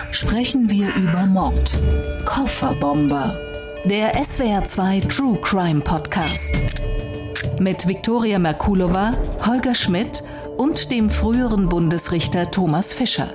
sprechen wir über Mord. Kofferbomber. Der SWR2 True Crime Podcast. Mit Viktoria Merkulova, Holger Schmidt und dem früheren Bundesrichter Thomas Fischer.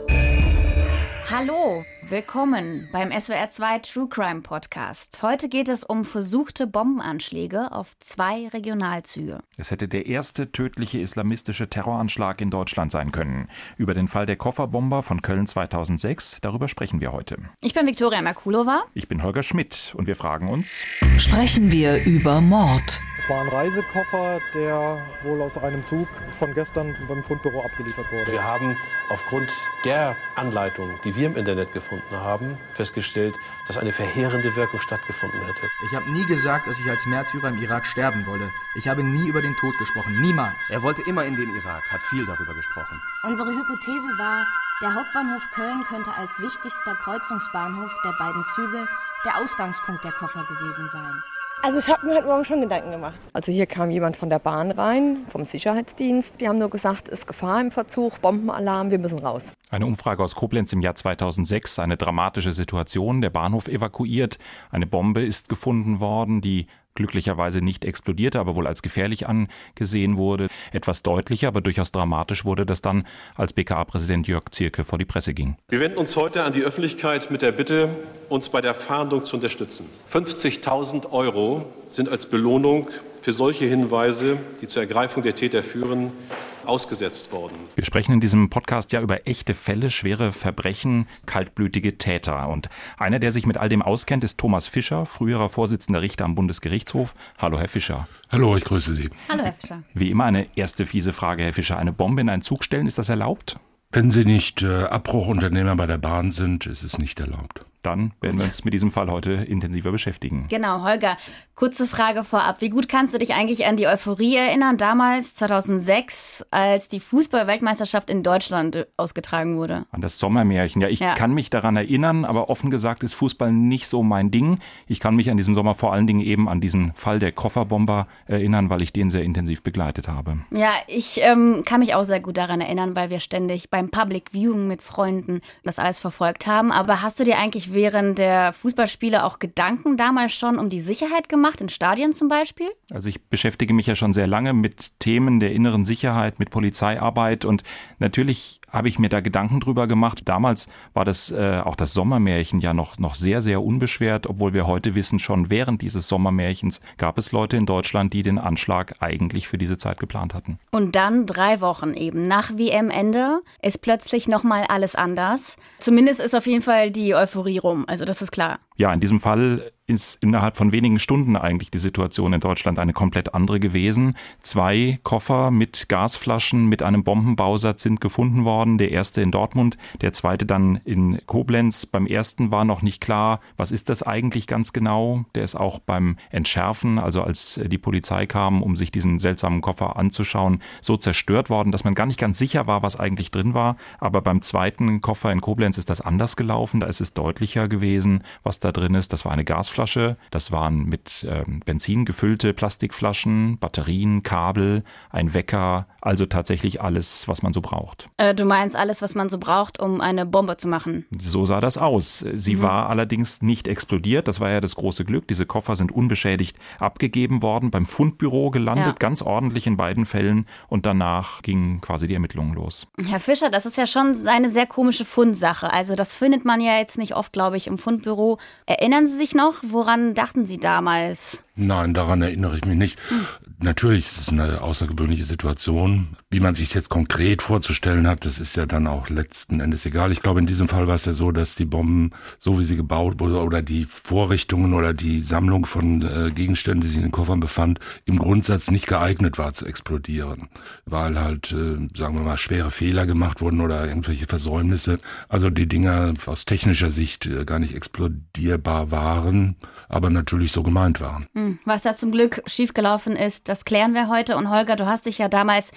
Hallo, willkommen beim SWR2 True Crime Podcast. Heute geht es um versuchte Bombenanschläge auf 2 Regionalzüge. Es hätte der erste tödliche islamistische Terroranschlag in Deutschland sein können. Über den Fall der Kofferbomber von Köln 2006, darüber sprechen wir heute. Ich bin Viktoria Merkulova. Ich bin Holger Schmidt und wir fragen uns: Sprechen wir über Mord. Es war ein Reisekoffer, der wohl aus einem Zug von gestern beim Fundbüro abgeliefert wurde. Wir haben aufgrund der Anleitung, die wir im Internet gefunden haben, festgestellt, dass eine verheerende Wirkung stattgefunden hätte. Ich habe nie gesagt, dass ich als Märtyrer im Irak sterben wolle. Ich habe nie über den Tod gesprochen, niemals. Er wollte immer in den Irak, hat viel darüber gesprochen. Unsere Hypothese war, der Hauptbahnhof Köln könnte als wichtigster Kreuzungsbahnhof der beiden Züge der Ausgangspunkt der Koffer gewesen sein. Also ich habe mir heute Morgen schon Gedanken gemacht. Also hier kam jemand von der Bahn rein, vom Sicherheitsdienst. Die haben nur gesagt, es ist Gefahr im Verzug, Bombenalarm, wir müssen raus. Eine Umfrage aus Koblenz im Jahr 2006, eine dramatische Situation, der Bahnhof evakuiert. Eine Bombe ist gefunden worden, die glücklicherweise nicht explodierte, aber wohl als gefährlich angesehen wurde. Etwas deutlicher, aber durchaus dramatisch wurde das dann, als BKA-Präsident Jörg Zierke vor die Presse ging. Wir wenden uns heute an die Öffentlichkeit mit der Bitte, uns bei der Fahndung zu unterstützen. 50.000 € sind als Belohnung für solche Hinweise, die zur Ergreifung der Täter führen, ausgesetzt worden. Wir sprechen in diesem Podcast ja über echte Fälle, schwere Verbrechen, kaltblütige Täter. Und einer, der sich mit all dem auskennt, ist Thomas Fischer, früherer Vorsitzender Richter am Bundesgerichtshof. Hallo, Herr Fischer. Hallo, ich grüße Sie. Hallo, Herr Fischer. Wie immer eine erste fiese Frage, Herr Fischer. Eine Bombe in einen Zug stellen, ist das erlaubt? Wenn Sie nicht Abbruchunternehmer bei der Bahn sind, ist es nicht erlaubt. Dann werden wir uns mit diesem Fall heute intensiver beschäftigen. Genau, Holger, kurze Frage vorab. Wie gut kannst du dich eigentlich an die Euphorie erinnern, damals 2006, als die Fußball-Weltmeisterschaft in Deutschland ausgetragen wurde? An das Sommermärchen. Ja, ich kann mich daran erinnern, aber offen gesagt ist Fußball nicht so mein Ding. Ich kann mich an diesem Sommer vor allen Dingen eben an diesen Fall der Kofferbomber erinnern, weil ich den sehr intensiv begleitet habe. Ja, ich kann mich auch sehr gut daran erinnern, weil wir ständig beim Public Viewing mit Freunden das alles verfolgt haben. Aber hast du dir eigentlich während der Fußballspiele auch Gedanken damals schon um die Sicherheit gemacht, in Stadien zum Beispiel? Also ich beschäftige mich ja schon sehr lange mit Themen der inneren Sicherheit, mit Polizeiarbeit und natürlich habe ich mir da Gedanken drüber gemacht. Damals war das auch das Sommermärchen ja noch sehr, sehr unbeschwert, obwohl wir heute wissen, schon während dieses Sommermärchens gab es Leute in Deutschland, die den Anschlag eigentlich für diese Zeit geplant hatten. Und dann 3 Wochen eben nach WM-Ende ist plötzlich nochmal alles anders. Zumindest ist auf jeden Fall die Euphorie rum, also das ist klar. Ja, in diesem Fall ist innerhalb von wenigen Stunden eigentlich die Situation in Deutschland eine komplett andere gewesen. 2 Koffer mit Gasflaschen mit einem Bombenbausatz sind gefunden worden. Der erste in Dortmund, der zweite dann in Koblenz. Beim ersten war noch nicht klar, was ist das eigentlich ganz genau. Der ist auch beim Entschärfen, also als die Polizei kam, um sich diesen seltsamen Koffer anzuschauen, so zerstört worden, dass man gar nicht ganz sicher war, was eigentlich drin war. Aber beim zweiten Koffer in Koblenz ist das anders gelaufen. Da ist es deutlicher gewesen, was da drin ist. Das war eine Gasflasche, das waren mit Benzin gefüllte Plastikflaschen, Batterien, Kabel, ein Wecker, also tatsächlich alles, was man so braucht. Du meinst alles, was man so braucht, um eine Bombe zu machen? So sah das aus. Sie war allerdings nicht explodiert, das war ja das große Glück. Diese Koffer sind unbeschädigt abgegeben worden, beim Fundbüro gelandet, ganz ordentlich in beiden Fällen und danach gingen quasi die Ermittlungen los. Herr Fischer, das ist ja schon eine sehr komische Fundsache. Also das findet man ja jetzt nicht oft, glaube ich, im Fundbüro. Erinnern Sie sich noch, woran dachten Sie damals? Nein, daran erinnere ich mich nicht. Natürlich ist es eine außergewöhnliche Situation. Wie man sich es jetzt konkret vorzustellen hat, das ist ja dann auch letzten Endes egal. Ich glaube, in diesem Fall war es ja so, dass die Bomben, so wie sie gebaut wurde, oder die Vorrichtungen oder die Sammlung von Gegenständen, die sich in den Koffern befand, im Grundsatz nicht geeignet war zu explodieren. Weil halt, sagen wir mal, schwere Fehler gemacht wurden oder irgendwelche Versäumnisse. Also die Dinger aus technischer Sicht gar nicht explodierbar waren, aber natürlich so gemeint waren. Was da zum Glück schiefgelaufen ist, das klären wir heute. Und Holger, du hast dich ja damals sehr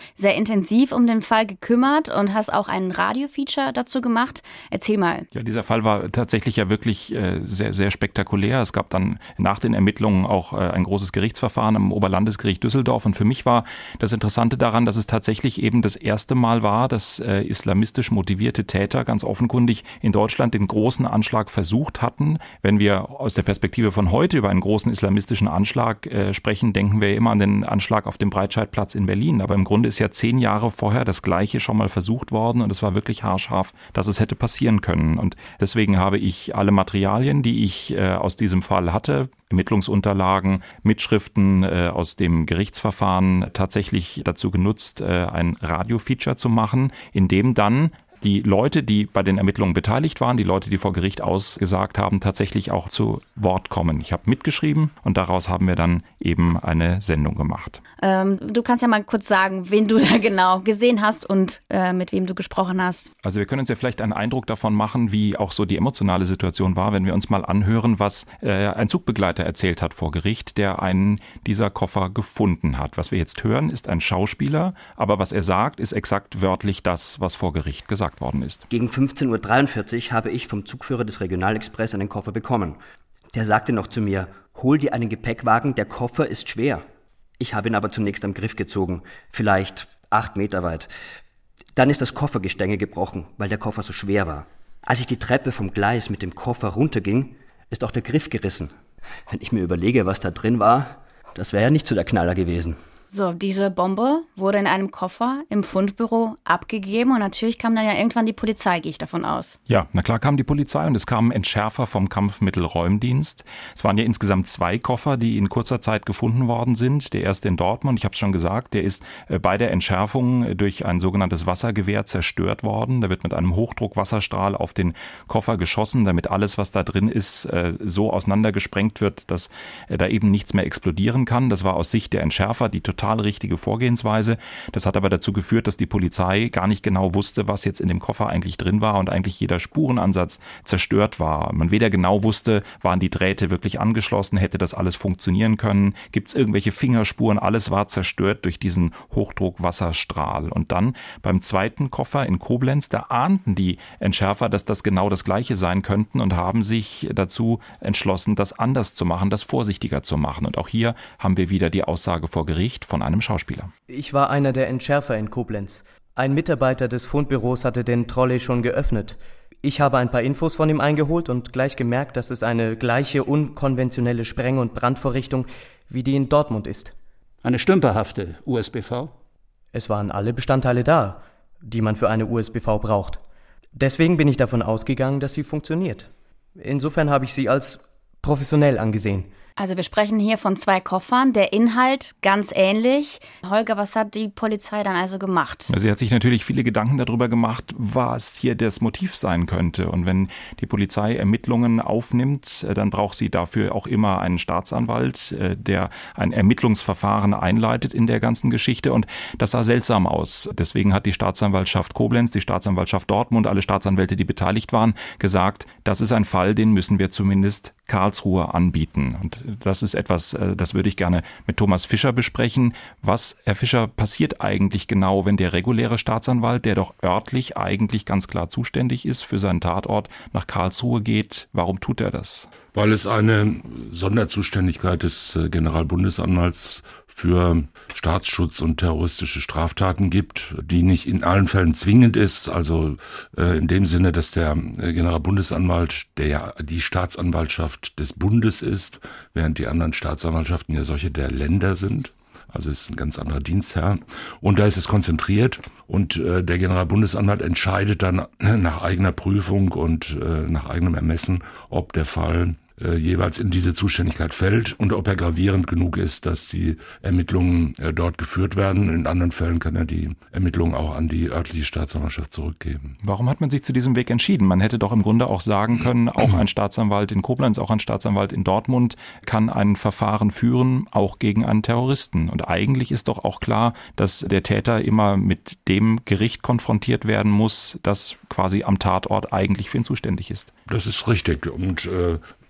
intensiv um den Fall gekümmert und hast auch ein Radio-Feature dazu gemacht. Erzähl mal. Ja, dieser Fall war tatsächlich ja wirklich sehr, sehr spektakulär. Es gab dann nach den Ermittlungen auch ein großes Gerichtsverfahren am Oberlandesgericht Düsseldorf. Und für mich war das Interessante daran, dass es tatsächlich eben das erste Mal war, dass islamistisch motivierte Täter ganz offenkundig in Deutschland den großen Anschlag versucht hatten. Wenn wir aus der Perspektive von heute über einen großen islamistischen Anschlag sprechen, denken wir immer an den Anschlag auf dem Breitscheidplatz in Berlin. Aber im Grunde ist ja 10 Jahre vorher das Gleiche schon mal versucht worden und es war wirklich haarscharf, dass es hätte passieren können. Und deswegen habe ich alle Materialien, die ich aus diesem Fall hatte, Ermittlungsunterlagen, Mitschriften aus dem Gerichtsverfahren tatsächlich dazu genutzt, ein Radio-Feature zu machen, in dem dann die Leute, die bei den Ermittlungen beteiligt waren, die Leute, die vor Gericht ausgesagt haben, tatsächlich auch zu Wort kommen. Ich habe mitgeschrieben und daraus haben wir dann eben eine Sendung gemacht. Du kannst ja mal kurz sagen, wen du da genau gesehen hast und mit wem du gesprochen hast. Also wir können uns ja vielleicht einen Eindruck davon machen, wie auch so die emotionale Situation war, wenn wir uns mal anhören, was ein Zugbegleiter erzählt hat vor Gericht, der einen dieser Koffer gefunden hat. Was wir jetzt hören, ist ein Schauspieler, aber was er sagt, ist exakt wörtlich das, was vor Gericht gesagt worden ist. Gegen 15.43 Uhr habe ich vom Zugführer des Regionalexpress einen Koffer bekommen. Der sagte noch zu mir, hol dir einen Gepäckwagen, der Koffer ist schwer. Ich habe ihn aber zunächst am Griff gezogen, vielleicht 8 Meter weit. Dann ist das Koffergestänge gebrochen, weil der Koffer so schwer war. Als ich die Treppe vom Gleis mit dem Koffer runterging, ist auch der Griff gerissen. Wenn ich mir überlege, was da drin war, das wäre ja nicht so der Knaller gewesen. So, diese Bombe wurde in einem Koffer im Fundbüro abgegeben und natürlich kam dann ja irgendwann die Polizei, gehe ich davon aus. Ja, na klar kam die Polizei und es kamen Entschärfer vom Kampfmittelräumdienst. Es waren ja insgesamt 2 Koffer, die in kurzer Zeit gefunden worden sind. Der erste in Dortmund, ich habe es schon gesagt, der ist bei der Entschärfung durch ein sogenanntes Wassergewehr zerstört worden. Da wird mit einem Hochdruckwasserstrahl auf den Koffer geschossen, damit alles, was da drin ist, so auseinandergesprengt wird, dass da eben nichts mehr explodieren kann. Das war aus Sicht der Entschärfer die total richtige Vorgehensweise. Das hat aber dazu geführt, dass die Polizei gar nicht genau wusste, was jetzt in dem Koffer eigentlich drin war und eigentlich jeder Spurenansatz zerstört war. Man weder genau wusste, waren die Drähte wirklich angeschlossen, hätte das alles funktionieren können, gibt es irgendwelche Fingerspuren, alles war zerstört durch diesen Hochdruckwasserstrahl. Und dann beim zweiten Koffer in Koblenz, da ahnten die Entschärfer, dass das genau das Gleiche sein könnten und haben sich dazu entschlossen, das anders zu machen, das vorsichtiger zu machen. Und auch hier haben wir wieder die Aussage vor Gericht von einem Schauspieler. Ich war einer der Entschärfer in Koblenz. Ein Mitarbeiter des Fundbüros hatte den Trolley schon geöffnet. Ich habe ein paar Infos von ihm eingeholt und gleich gemerkt, dass es eine gleiche unkonventionelle Spreng- und Brandvorrichtung wie die in Dortmund ist. Eine stümperhafte USBV? Es waren alle Bestandteile da, die man für eine USBV braucht. Deswegen bin ich davon ausgegangen, dass sie funktioniert. Insofern habe ich sie als professionell angesehen. Also wir sprechen hier von 2 Koffern, der Inhalt ganz ähnlich. Holger, was hat die Polizei dann also gemacht? Sie hat sich natürlich viele Gedanken darüber gemacht, was hier das Motiv sein könnte. Und wenn die Polizei Ermittlungen aufnimmt, dann braucht sie dafür auch immer einen Staatsanwalt, der ein Ermittlungsverfahren einleitet in der ganzen Geschichte. Und das sah seltsam aus. Deswegen hat die Staatsanwaltschaft Koblenz, die Staatsanwaltschaft Dortmund, alle Staatsanwälte, die beteiligt waren, gesagt, das ist ein Fall, den müssen wir zumindest Karlsruhe anbieten. Und das ist etwas, das würde ich gerne mit Thomas Fischer besprechen. Was, Herr Fischer, passiert eigentlich genau, wenn der reguläre Staatsanwalt, der doch örtlich eigentlich ganz klar zuständig ist für seinen Tatort, nach Karlsruhe geht? Warum tut er das? Weil es eine Sonderzuständigkeit des Generalbundesanwalts für Staatsschutz und terroristische Straftaten gibt, die nicht in allen Fällen zwingend ist, also in dem Sinne, dass der Generalbundesanwalt, der ja die Staatsanwaltschaft des Bundes ist, während die anderen Staatsanwaltschaften ja solche der Länder sind. Also ist ein ganz anderer Dienstherr. Und da ist es konzentriert und der Generalbundesanwalt entscheidet dann nach eigener Prüfung und nach eigenem Ermessen, ob der Fall jeweils in diese Zuständigkeit fällt und ob er gravierend genug ist, dass die Ermittlungen dort geführt werden. In anderen Fällen kann er die Ermittlungen auch an die örtliche Staatsanwaltschaft zurückgeben. Warum hat man sich zu diesem Weg entschieden? Man hätte doch im Grunde auch sagen können, auch ein Staatsanwalt in Koblenz, auch ein Staatsanwalt in Dortmund kann ein Verfahren führen, auch gegen einen Terroristen. Und eigentlich ist doch auch klar, dass der Täter immer mit dem Gericht konfrontiert werden muss, das quasi am Tatort eigentlich für ihn zuständig ist. Das ist richtig. Und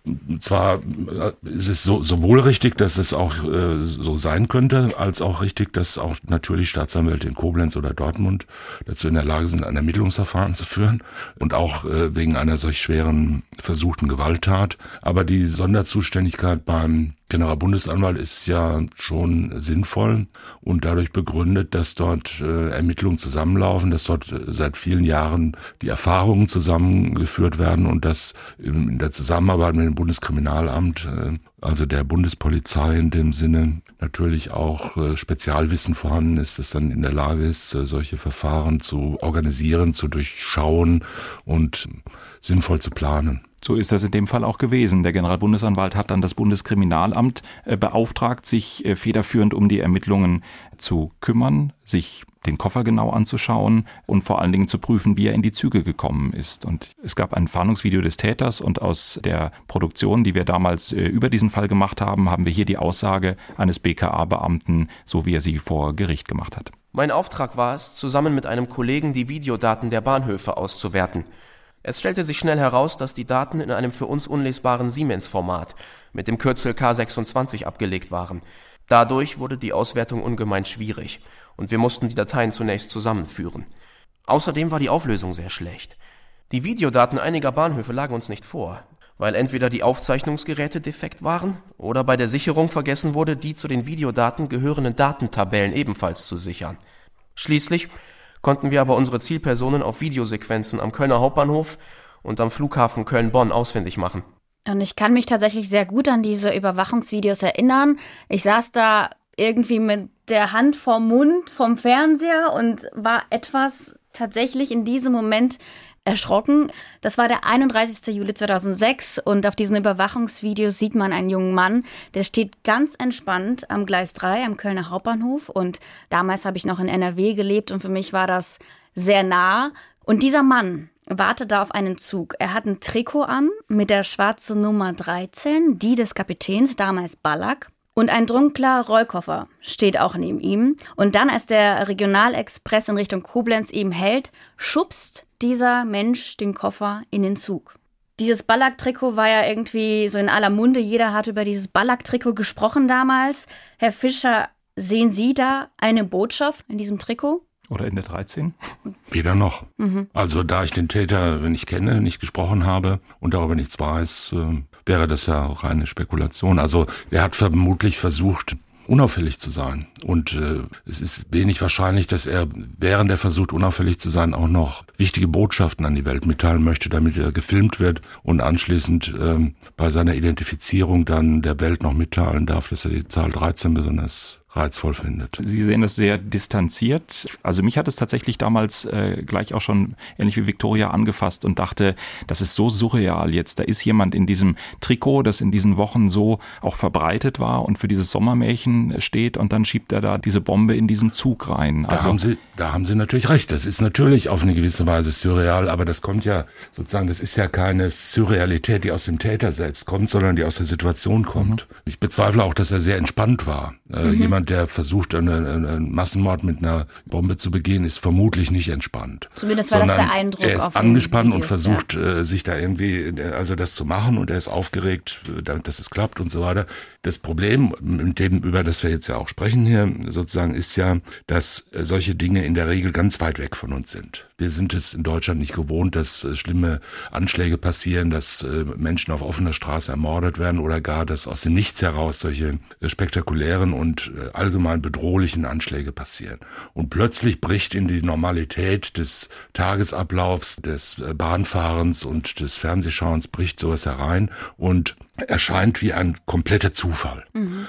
zwar ist es sowohl richtig, dass es auch so sein könnte, als auch richtig, dass auch natürlich Staatsanwälte in Koblenz oder Dortmund dazu in der Lage sind, ein Ermittlungsverfahren zu führen und auch wegen einer solch schweren versuchten Gewalttat. Aber die Sonderzuständigkeit beim Generalbundesanwalt ist ja schon sinnvoll und dadurch begründet, dass dort Ermittlungen zusammenlaufen, dass dort seit vielen Jahren die Erfahrungen zusammengeführt werden und dass in der Zusammenarbeit mit dem Bundeskriminalamt, also der Bundespolizei in dem Sinne, natürlich auch Spezialwissen vorhanden ist, das dann in der Lage ist, solche Verfahren zu organisieren, zu durchschauen und sinnvoll zu planen. So ist das in dem Fall auch gewesen. Der Generalbundesanwalt hat dann das Bundeskriminalamt beauftragt, sich federführend um die Ermittlungen zu kümmern, sich den Koffer genau anzuschauen und vor allen Dingen zu prüfen, wie er in die Züge gekommen ist. Und es gab ein Fahndungsvideo des Täters und aus der Produktion, die wir damals über diesen Fall gemacht haben, haben wir hier die Aussage eines BKA-Beamten, so wie er sie vor Gericht gemacht hat. Mein Auftrag war es, zusammen mit einem Kollegen die Videodaten der Bahnhöfe auszuwerten. Es stellte sich schnell heraus, dass die Daten in einem für uns unlesbaren Siemens-Format mit dem Kürzel K26 abgelegt waren. Dadurch wurde die Auswertung ungemein schwierig und wir mussten die Dateien zunächst zusammenführen. Außerdem war die Auflösung sehr schlecht. Die Videodaten einiger Bahnhöfe lagen uns nicht vor, weil entweder die Aufzeichnungsgeräte defekt waren oder bei der Sicherung vergessen wurde, die zu den Videodaten gehörenden Datentabellen ebenfalls zu sichern. Schließlich konnten wir aber unsere Zielpersonen auf Videosequenzen am Kölner Hauptbahnhof und am Flughafen Köln-Bonn ausfindig machen. Und ich kann mich tatsächlich sehr gut an diese Überwachungsvideos erinnern. Ich saß da irgendwie mit der Hand vorm Mund vom Fernseher und war etwas tatsächlich in diesem Moment erschrocken. Das war der 31. Juli 2006 und auf diesen Überwachungsvideos sieht man einen jungen Mann, der steht ganz entspannt am Gleis 3 am Kölner Hauptbahnhof und damals habe ich noch in NRW gelebt und für mich war das sehr nah. Und dieser Mann wartet da auf einen Zug. Er hat ein Trikot an mit der schwarzen Nummer 13, die des Kapitäns, damals Ballack. Und ein dunkler Rollkoffer steht auch neben ihm. Und dann, als der Regionalexpress in Richtung Koblenz eben hält, schubst dieser Mensch den Koffer in den Zug. Dieses Ballack-Trikot war ja irgendwie so in aller Munde. Jeder hat über dieses Ballack-Trikot gesprochen damals. Herr Fischer, sehen Sie da eine Botschaft in diesem Trikot? Oder in der 13? Weder noch. Also da ich den Täter nicht kenne, nicht gesprochen habe und darüber nichts weiß, wäre das ja auch eine Spekulation. Also er hat vermutlich versucht, unauffällig zu sein. Und es ist wenig wahrscheinlich, dass er, während er versucht, unauffällig zu sein, auch noch wichtige Botschaften an die Welt mitteilen möchte, damit er gefilmt wird und anschließend bei seiner Identifizierung dann der Welt noch mitteilen darf, dass er die Zahl 13 besonders reizvoll findet. Sie sehen das sehr distanziert. Also mich hat es tatsächlich damals gleich auch schon ähnlich wie Viktoria angefasst und dachte, das ist so surreal jetzt. Da ist jemand in diesem Trikot, das in diesen Wochen so auch verbreitet war und für dieses Sommermärchen steht und dann schiebt er da diese Bombe in diesen Zug rein. Also da haben Sie natürlich recht. Das ist natürlich auf eine gewisse Weise surreal, aber das kommt ja sozusagen, das ist ja keine Surrealität, die aus dem Täter selbst kommt, sondern die aus der Situation kommt. Ich bezweifle auch, dass er sehr entspannt war. Jemand, der versucht, einen Massenmord mit einer Bombe zu begehen, ist vermutlich nicht entspannt. Zumindest war das der Eindruck. Er ist angespannt und versucht, sich da irgendwie, also das zu machen und er ist aufgeregt, dass es klappt und so weiter. Das Problem, mit dem, über das wir jetzt ja auch sprechen hier, sozusagen, ist ja, dass solche Dinge in der Regel ganz weit weg von uns sind. Wir sind es in Deutschland nicht gewohnt, dass schlimme Anschläge passieren, dass Menschen auf offener Straße ermordet werden oder gar, dass aus dem Nichts heraus solche spektakulären und allgemein bedrohlichen Anschläge passieren. Und plötzlich bricht in die Normalität des Tagesablaufs, des Bahnfahrens und des Fernsehschauens bricht sowas herein und erscheint wie ein kompletter Zufall.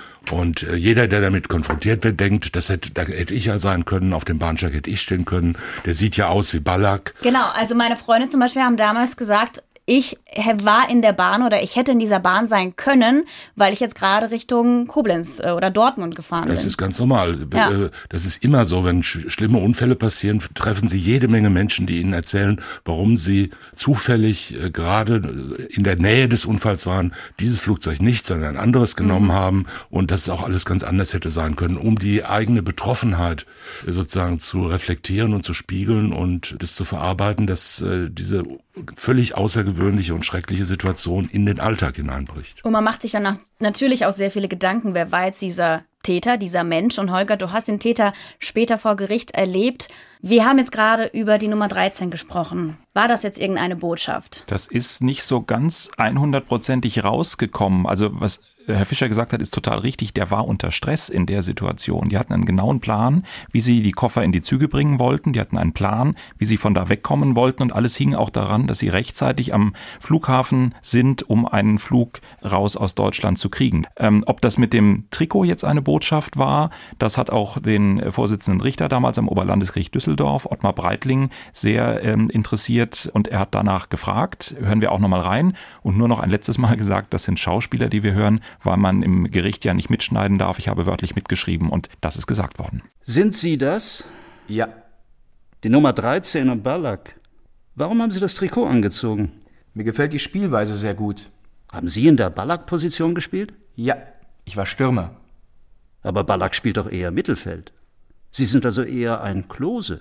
Und jeder, der damit konfrontiert wird, denkt, da hätte ich ja sein können, auf dem Bahnsteig hätte ich stehen können, der sieht ja aus wie Ballack. Genau, also meine Freunde zum Beispiel haben damals gesagt, ich war in der Bahn oder ich hätte in dieser Bahn sein können, weil ich jetzt gerade Richtung Koblenz oder Dortmund gefahren bin. Das ist ganz normal. Ja. Das ist immer so, wenn schlimme Unfälle passieren, treffen Sie jede Menge Menschen, die Ihnen erzählen, warum sie zufällig gerade in der Nähe des Unfalls waren, dieses Flugzeug nicht, sondern ein anderes genommen haben und dass es auch alles ganz anders hätte sein können, um die eigene Betroffenheit sozusagen zu reflektieren und zu spiegeln und das zu verarbeiten, dass diese völlig außergewöhnliche außergewöhnliche und schreckliche Situation in den Alltag hineinbricht. Und man macht sich danach natürlich auch sehr viele Gedanken, wer war jetzt dieser Täter, dieser Mensch. Und Holger, du hast den Täter später vor Gericht erlebt. Wir haben jetzt gerade über die Nummer 13 gesprochen. War das jetzt irgendeine Botschaft? Das ist nicht so ganz 100%ig rausgekommen. Also was Herr Fischer gesagt hat, ist total richtig. Der war unter Stress in der Situation. Die hatten einen genauen Plan, wie sie die Koffer in die Züge bringen wollten. Die hatten einen Plan, wie sie von da wegkommen wollten. Und alles hing auch daran, dass sie rechtzeitig am Flughafen sind, um einen Flug raus aus Deutschland zu kriegen. Ob das mit dem Trikot jetzt eine Botschaft war, das hat auch den Vorsitzenden Richter damals am Oberlandesgericht Düsseldorf, Ottmar Breitling, sehr interessiert. Und er hat danach gefragt. Hören wir auch nochmal rein. Und nur noch ein letztes Mal gesagt, das sind Schauspieler, die wir hören, weil man im Gericht ja nicht mitschneiden darf. Ich habe wörtlich mitgeschrieben und das ist gesagt worden. Sind Sie das? Ja. Die Nummer 13 und Ballack. Warum haben Sie das Trikot angezogen? Mir gefällt die Spielweise sehr gut. Haben Sie in der Ballack-Position gespielt? Ja, ich war Stürmer. Aber Ballack spielt doch eher Mittelfeld. Sie sind also eher ein Klose.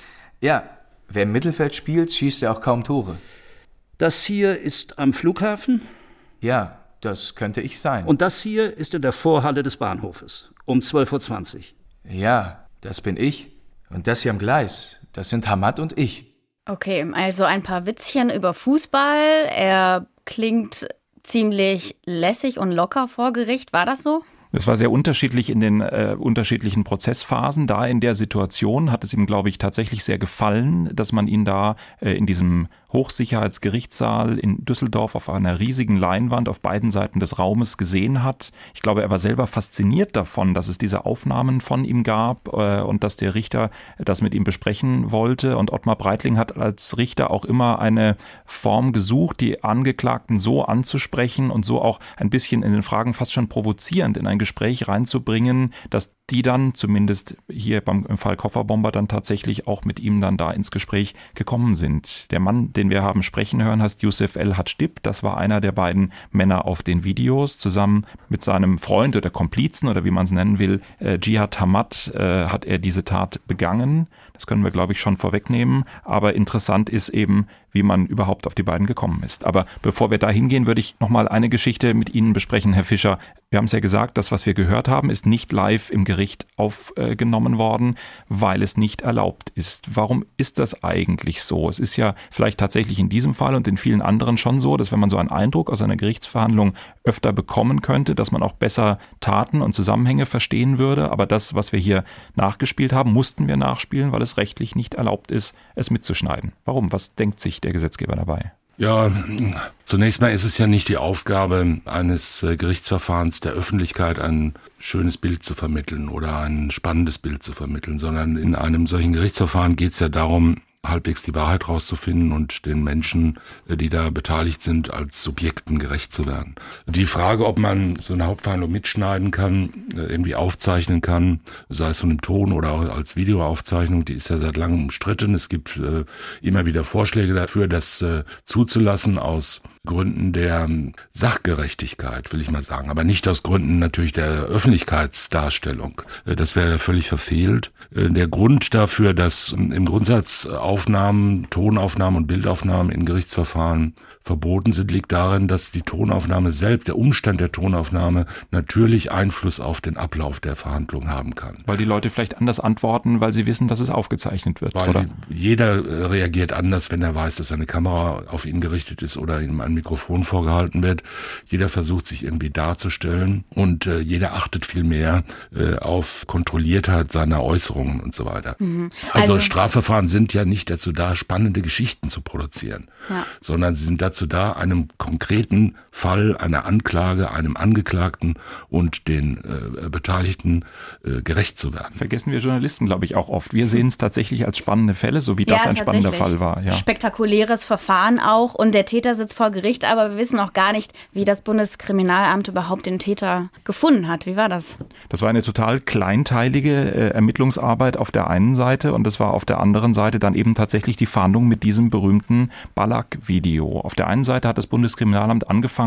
Ja, wer im Mittelfeld spielt, schießt er auch kaum Tore. Das hier ist am Flughafen? Ja. Das könnte ich sein. Und das hier ist in der Vorhalle des Bahnhofes, um 12.20 Uhr. Ja, das bin ich. Und das hier am Gleis, das sind Hamad und ich. Okay, also ein paar Witzchen über Fußball. Er klingt ziemlich lässig und locker vor Gericht. War das so? Es war sehr unterschiedlich in den unterschiedlichen Prozessphasen. Da in der Situation hat es ihm, glaube ich, tatsächlich sehr gefallen, dass man ihn da in diesem Hochsicherheitsgerichtssaal in Düsseldorf auf einer riesigen Leinwand auf beiden Seiten des Raumes gesehen hat. Ich glaube, er war selber fasziniert davon, dass es diese Aufnahmen von ihm gab und dass der Richter das mit ihm besprechen wollte. Und Ottmar Breitling hat als Richter auch immer eine Form gesucht, die Angeklagten so anzusprechen und so auch ein bisschen in den Fragen fast schon provozierend in ein Gespräch reinzubringen, dass die dann zumindest hier im Fall Kofferbomber dann tatsächlich auch mit ihm dann da ins Gespräch gekommen sind. Der Mann, den wir haben sprechen hören, heißt Yusuf El-Hadjib. Das war einer der beiden Männer auf den Videos. Zusammen mit seinem Freund oder Komplizen oder wie man es nennen will, Jihad Hamad, hat er diese Tat begangen. Das können wir, glaube ich, schon vorwegnehmen. Aber interessant ist eben, wie man überhaupt auf die beiden gekommen ist. Aber bevor wir da hingehen, würde ich nochmal eine Geschichte mit Ihnen besprechen, Herr Fischer. Wir haben es ja gesagt, das, was wir gehört haben, ist nicht live im Gericht aufgenommen worden, weil es nicht erlaubt ist. Warum ist das eigentlich so? Es ist ja vielleicht tatsächlich in diesem Fall und in vielen anderen schon so, dass wenn man so einen Eindruck aus einer Gerichtsverhandlung öfter bekommen könnte, dass man auch besser Taten und Zusammenhänge verstehen würde. Aber das, was wir hier nachgespielt haben, mussten wir nachspielen, weil es rechtlich nicht erlaubt ist, es mitzuschneiden. Warum? Was denkt sich der Gesetzgeber dabei? Ja, zunächst mal ist es ja nicht die Aufgabe eines Gerichtsverfahrens der Öffentlichkeit, ein schönes Bild zu vermitteln oder ein spannendes Bild zu vermitteln, sondern in einem solchen Gerichtsverfahren geht es ja darum, halbwegs die Wahrheit rauszufinden und den Menschen, die da beteiligt sind, als Subjekten gerecht zu werden. Die Frage, ob man so eine Hauptverhandlung mitschneiden kann, irgendwie aufzeichnen kann, sei es von einem Ton oder auch als Videoaufzeichnung, die ist ja seit langem umstritten. Es gibt immer wieder Vorschläge dafür, das zuzulassen aus Gründen der Sachgerechtigkeit, will ich mal sagen, aber nicht aus Gründen natürlich der Öffentlichkeitsdarstellung. Das wäre völlig verfehlt. Der Grund dafür, dass im Grundsatz Aufnahmen, Tonaufnahmen und Bildaufnahmen in Gerichtsverfahren verboten sind, liegt darin, dass die Tonaufnahme selbst, der Umstand der Tonaufnahme, natürlich Einfluss auf den Ablauf der Verhandlung haben kann. Weil die Leute vielleicht anders antworten, weil sie wissen, dass es aufgezeichnet wird, weil oder? Jeder reagiert anders, wenn er weiß, dass eine Kamera auf ihn gerichtet ist oder ihm ein Mikrofon vorgehalten wird. Jeder versucht, sich irgendwie darzustellen und jeder achtet viel mehr auf Kontrolliertheit seiner Äußerungen und so weiter. Mhm. Also Strafverfahren sind ja nicht dazu da, spannende Geschichten zu produzieren, sondern sie sind dazu da, einem konkreten Fall, einer Anklage, einem Angeklagten und den Beteiligten gerecht zu werden. Vergessen wir Journalisten, glaube ich, auch oft. Wir sehen es tatsächlich als spannende Fälle, so wie das ein spannender Fall war. Ja. Spektakuläres Verfahren auch und der Täter sitzt vor Gericht, aber wir wissen auch gar nicht, wie das Bundeskriminalamt überhaupt den Täter gefunden hat. Wie war das? Das war eine total kleinteilige Ermittlungsarbeit auf der einen Seite und das war auf der anderen Seite dann eben tatsächlich die Fahndung mit diesem berühmten Ballack-Video. Auf der einen Seite hat das Bundeskriminalamt angefangen,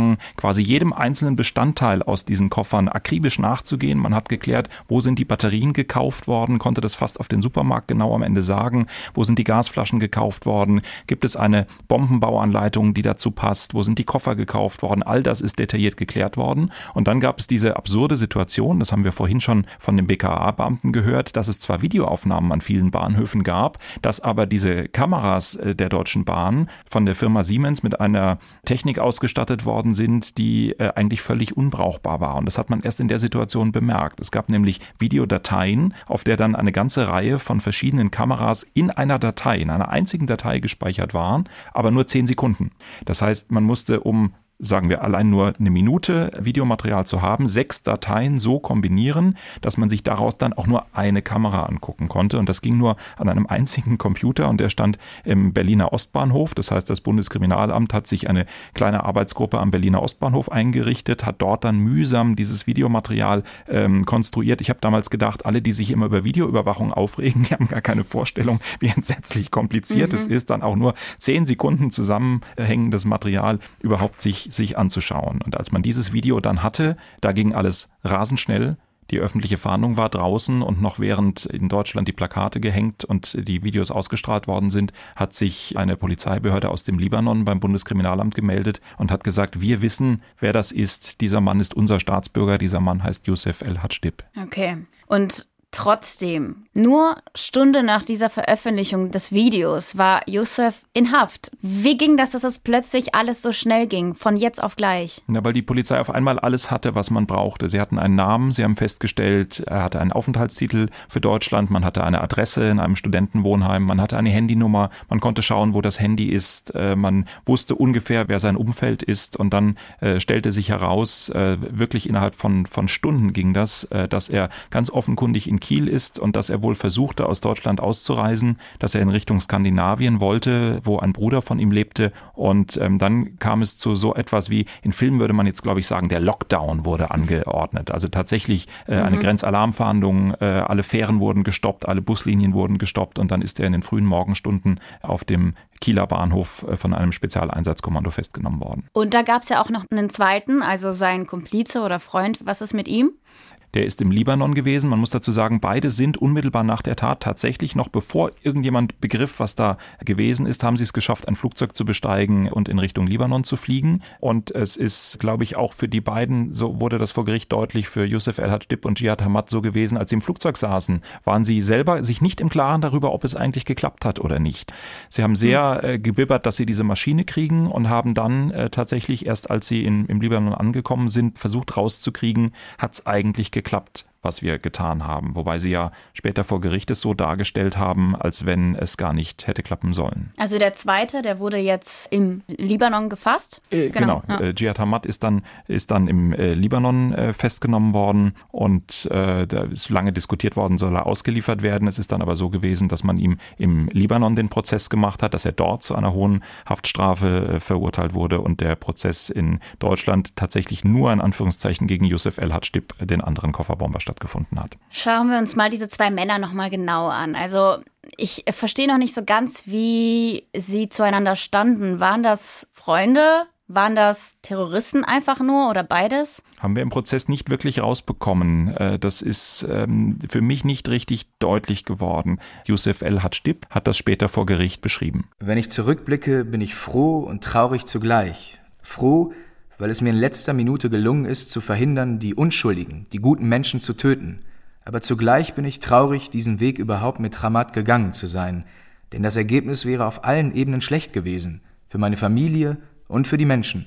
angefangen, quasi jedem einzelnen Bestandteil aus diesen Koffern akribisch nachzugehen. Man hat geklärt, wo sind die Batterien gekauft worden, konnte das fast auf den Supermarkt genau am Ende sagen, wo sind die Gasflaschen gekauft worden, gibt es eine Bombenbauanleitung, die dazu passt, wo sind die Koffer gekauft worden, all das ist detailliert geklärt worden. Und dann gab es diese absurde Situation, das haben wir vorhin schon von den BKA-Beamten gehört, dass es zwar Videoaufnahmen an vielen Bahnhöfen gab, dass aber diese Kameras der Deutschen Bahn von der Firma Siemens mit einer Technik ausgestattet worden sind, die eigentlich völlig unbrauchbar war. Und das hat man erst in der Situation bemerkt. Es gab nämlich Videodateien, auf der dann eine ganze Reihe von verschiedenen Kameras in einer Datei, in einer einzigen Datei gespeichert waren, aber nur 10 Sekunden. Das heißt, man musste, um sagen wir, allein nur eine Minute Videomaterial zu haben, 6 Dateien so kombinieren, dass man sich daraus dann auch nur eine Kamera angucken konnte. Und das ging nur an einem einzigen Computer und der stand im Berliner Ostbahnhof. Das heißt, das Bundeskriminalamt hat sich eine kleine Arbeitsgruppe am Berliner Ostbahnhof eingerichtet, hat dort dann mühsam dieses Videomaterial konstruiert. Ich habe damals gedacht, alle, die sich immer über Videoüberwachung aufregen, die haben gar keine Vorstellung, wie entsetzlich kompliziert es ist, dann auch nur 10 Sekunden zusammenhängendes Material überhaupt sich anzuschauen. Und als man dieses Video dann hatte, da ging alles rasend schnell. Die öffentliche Fahndung war draußen und noch während in Deutschland die Plakate gehängt und die Videos ausgestrahlt worden sind, hat sich eine Polizeibehörde aus dem Libanon beim Bundeskriminalamt gemeldet und hat gesagt, wir wissen, wer das ist. Dieser Mann ist unser Staatsbürger. Dieser Mann heißt Youssef El-Hadschdib. Okay. Und trotzdem, nur Stunde nach dieser Veröffentlichung des Videos war Youssef in Haft. Wie ging das, dass es plötzlich alles so schnell ging, von jetzt auf gleich? Ja, weil die Polizei auf einmal alles hatte, was man brauchte. Sie hatten einen Namen, sie haben festgestellt, er hatte einen Aufenthaltstitel für Deutschland, man hatte eine Adresse in einem Studentenwohnheim, man hatte eine Handynummer, man konnte schauen, wo das Handy ist, man wusste ungefähr, wer sein Umfeld ist und dann stellte sich heraus, wirklich innerhalb von Stunden ging das, dass er ganz offenkundig in Kiel ist und dass er wohl versuchte, aus Deutschland auszureisen, dass er in Richtung Skandinavien wollte, wo ein Bruder von ihm lebte und dann kam es zu so etwas wie, in Filmen würde man jetzt glaube ich sagen, der Lockdown wurde angeordnet. Also tatsächlich eine Grenzalarmfahndung, alle Fähren wurden gestoppt, alle Buslinien wurden gestoppt und dann ist er in den frühen Morgenstunden auf dem Kieler Bahnhof von einem Spezialeinsatzkommando festgenommen worden. Und da gab es ja auch noch einen zweiten, also sein Komplize oder Freund. Was ist mit ihm? Der ist im Libanon gewesen. Man muss dazu sagen, beide sind unmittelbar nach der Tat tatsächlich noch, bevor irgendjemand begriff, was da gewesen ist, haben sie es geschafft, ein Flugzeug zu besteigen und in Richtung Libanon zu fliegen. Und es ist, glaube ich, auch für die beiden, so wurde das vor Gericht deutlich, für Youssef El-Hadschdib und Jihad Hamad so gewesen, als sie im Flugzeug saßen, waren sie selber sich nicht im Klaren darüber, ob es eigentlich geklappt hat oder nicht. Sie haben sehr gebibbert, dass sie diese Maschine kriegen und haben dann tatsächlich erst, als sie im Libanon angekommen sind, versucht rauszukriegen, hat es eigentlich geklappt, was wir getan haben. Wobei sie ja später vor Gericht es so dargestellt haben, als wenn es gar nicht hätte klappen sollen. Also der zweite, der wurde jetzt im Libanon gefasst? Genau. Ja. Jihad Hamad ist dann im Libanon festgenommen worden und da ist lange diskutiert worden, soll er ausgeliefert werden. Es ist dann aber so gewesen, dass man ihm im Libanon den Prozess gemacht hat, dass er dort zu einer hohen Haftstrafe verurteilt wurde und der Prozess in Deutschland tatsächlich nur in Anführungszeichen gegen Youssef El-Hadschdib, den anderen Kofferbomber, stattgefunden hat. Schauen wir uns mal diese 2 Männer noch mal genau an. Also ich verstehe noch nicht so ganz, wie sie zueinander standen. Waren das Freunde? Waren das Terroristen einfach nur oder beides? Haben wir im Prozess nicht wirklich rausbekommen. Das ist für mich nicht richtig deutlich geworden. Youssef El-Hadschdib hat das später vor Gericht beschrieben. Wenn ich zurückblicke, bin ich froh und traurig zugleich. Froh, weil es mir in letzter Minute gelungen ist, zu verhindern, die Unschuldigen, die guten Menschen zu töten. Aber zugleich bin ich traurig, diesen Weg überhaupt mit Hamad gegangen zu sein. Denn das Ergebnis wäre auf allen Ebenen schlecht gewesen. Für meine Familie und für die Menschen.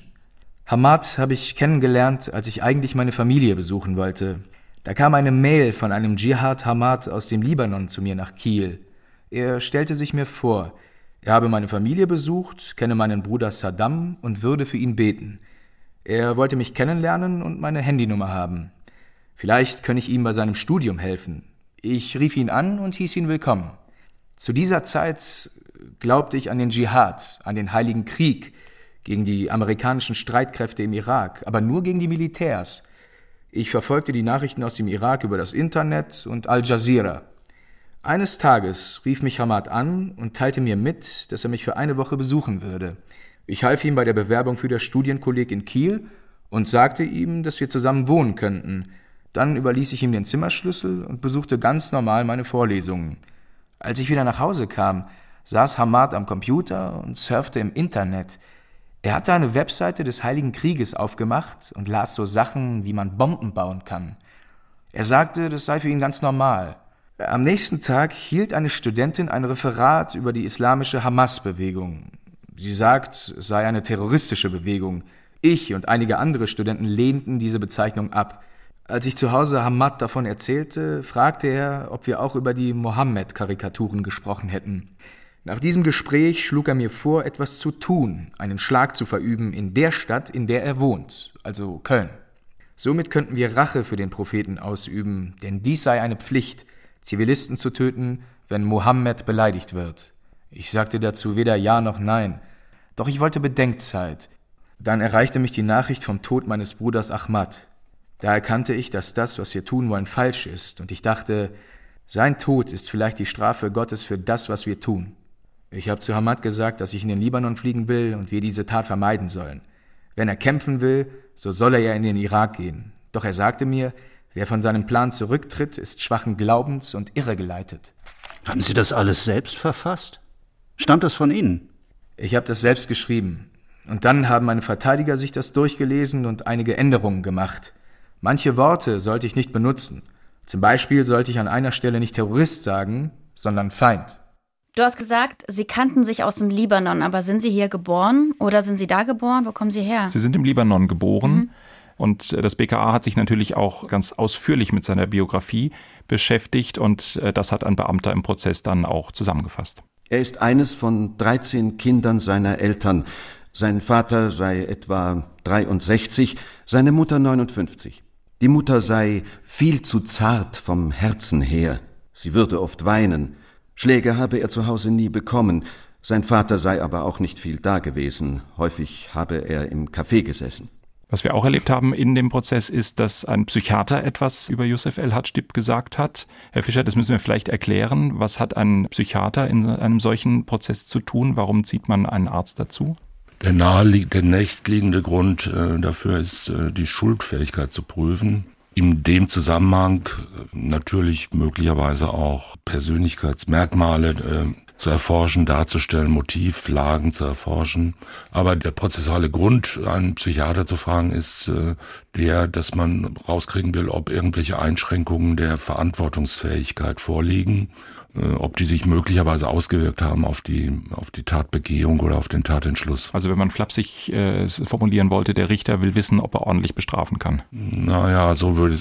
Hamad habe ich kennengelernt, als ich eigentlich meine Familie besuchen wollte. Da kam eine Mail von einem Jihad Hamad aus dem Libanon zu mir nach Kiel. Er stellte sich mir vor, er habe meine Familie besucht, kenne meinen Bruder Saddam und würde für ihn beten. Er wollte mich kennenlernen und meine Handynummer haben. Vielleicht könne ich ihm bei seinem Studium helfen. Ich rief ihn an und hieß ihn willkommen. Zu dieser Zeit glaubte ich an den Dschihad, an den Heiligen Krieg gegen die amerikanischen Streitkräfte im Irak, aber nur gegen die Militärs. Ich verfolgte die Nachrichten aus dem Irak über das Internet und Al Jazeera. Eines Tages rief mich Hamad an und teilte mir mit, dass er mich für eine Woche besuchen würde. Ich half ihm bei der Bewerbung für das Studienkolleg in Kiel und sagte ihm, dass wir zusammen wohnen könnten. Dann überließ ich ihm den Zimmerschlüssel und besuchte ganz normal meine Vorlesungen. Als ich wieder nach Hause kam, saß Hamad am Computer und surfte im Internet. Er hatte eine Webseite des Heiligen Krieges aufgemacht und las so Sachen, wie man Bomben bauen kann. Er sagte, das sei für ihn ganz normal. Am nächsten Tag hielt eine Studentin ein Referat über die islamische Hamas-Bewegung. Sie sagt, es sei eine terroristische Bewegung. Ich und einige andere Studenten lehnten diese Bezeichnung ab. Als ich zu Hause Hamad davon erzählte, fragte er, ob wir auch über die Mohammed-Karikaturen gesprochen hätten. Nach diesem Gespräch schlug er mir vor, etwas zu tun, einen Schlag zu verüben in der Stadt, in der er wohnt, also Köln. Somit könnten wir Rache für den Propheten ausüben, denn dies sei eine Pflicht, Zivilisten zu töten, wenn Mohammed beleidigt wird. Ich sagte dazu weder Ja noch Nein, doch ich wollte Bedenkzeit. Dann erreichte mich die Nachricht vom Tod meines Bruders Ahmad. Da erkannte ich, dass das, was wir tun wollen, falsch ist, und ich dachte, sein Tod ist vielleicht die Strafe Gottes für das, was wir tun. Ich habe zu Hamad gesagt, dass ich in den Libanon fliegen will und wir diese Tat vermeiden sollen. Wenn er kämpfen will, so soll er ja in den Irak gehen. Doch er sagte mir, wer von seinem Plan zurücktritt, ist schwachen Glaubens und irregeleitet. Haben Sie das alles selbst verfasst? Stammt das von Ihnen? Ich habe das selbst geschrieben. Und dann haben meine Verteidiger sich das durchgelesen und einige Änderungen gemacht. Manche Worte sollte ich nicht benutzen. Zum Beispiel sollte ich an einer Stelle nicht Terrorist sagen, sondern Feind. Du hast gesagt, Sie kannten sich aus dem Libanon, aber sind Sie hier geboren oder sind Sie da geboren? Wo kommen Sie her? Sie sind im Libanon geboren. Und das BKA hat sich natürlich auch ganz ausführlich mit seiner Biografie beschäftigt und das hat ein Beamter im Prozess dann auch zusammengefasst. Er ist eines von 13 Kindern seiner Eltern. Sein Vater sei etwa 63, seine Mutter 59. Die Mutter sei viel zu zart vom Herzen her. Sie würde oft weinen. Schläge habe er zu Hause nie bekommen. Sein Vater sei aber auch nicht viel da gewesen. Häufig habe er im Café gesessen. Was wir auch erlebt haben in dem Prozess ist, dass ein Psychiater etwas über Yusuf El-Hadschdib gesagt hat. Herr Fischer, das müssen wir vielleicht erklären. Was hat ein Psychiater in einem solchen Prozess zu tun? Warum zieht man einen Arzt dazu? Der nächstliegende Grund dafür ist, die Schuldfähigkeit zu prüfen. In dem Zusammenhang natürlich möglicherweise auch Persönlichkeitsmerkmale zu erforschen, darzustellen, Motivlagen zu erforschen. Aber der prozessuale Grund, einen Psychiater zu fragen, ist dass man rauskriegen will, ob irgendwelche Einschränkungen der Verantwortungsfähigkeit vorliegen, ob die sich möglicherweise ausgewirkt haben auf die Tatbegehung oder auf den Tatentschluss. Also wenn man flapsig formulieren wollte, der Richter will wissen, ob er ordentlich bestrafen kann. Naja, so würde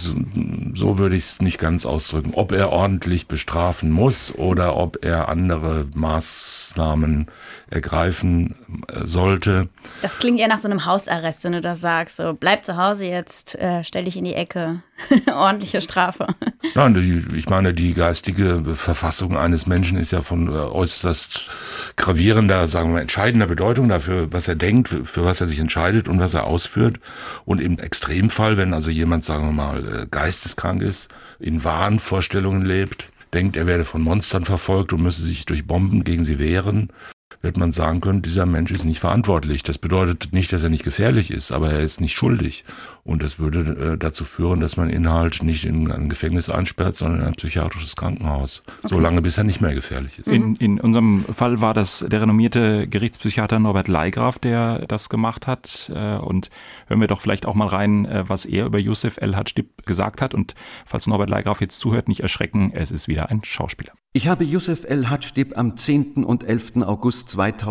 ich es nicht ganz ausdrücken. Ob er ordentlich bestrafen muss oder ob er andere Maßnahmen ergreifen sollte. Das klingt eher nach so einem Hausarrest, wenn du das sagst. So, bleib zu Hause jetzt, stell dich in die Ecke. Ordentliche Strafe. Nein, ich meine, die geistige Verfassung eines Menschen ist ja von äußerst gravierender, sagen wir mal, entscheidender Bedeutung dafür, was er denkt, für was er sich entscheidet und was er ausführt. Und im Extremfall, wenn also jemand, sagen wir mal, geisteskrank ist, in Wahnvorstellungen lebt, denkt, er werde von Monstern verfolgt und müsse sich durch Bomben gegen sie wehren, wird man sagen können, dieser Mensch ist nicht verantwortlich. Das bedeutet nicht, dass er nicht gefährlich ist, aber er ist nicht schuldig. Und das würde dazu führen, dass man ihn halt nicht in ein Gefängnis einsperrt, sondern in ein psychiatrisches Krankenhaus. Okay. Solange bis er nicht mehr gefährlich ist. In unserem Fall war das der renommierte Gerichtspsychiater Norbert Leigraf, der das gemacht hat. Und hören wir doch vielleicht auch mal rein, was er über Yusuf El-Hadschdib gesagt hat. Und falls Norbert Leigraf jetzt zuhört, nicht erschrecken, es ist wieder ein Schauspieler. Ich habe Yusuf El-Hadschdib am 10. und 11. August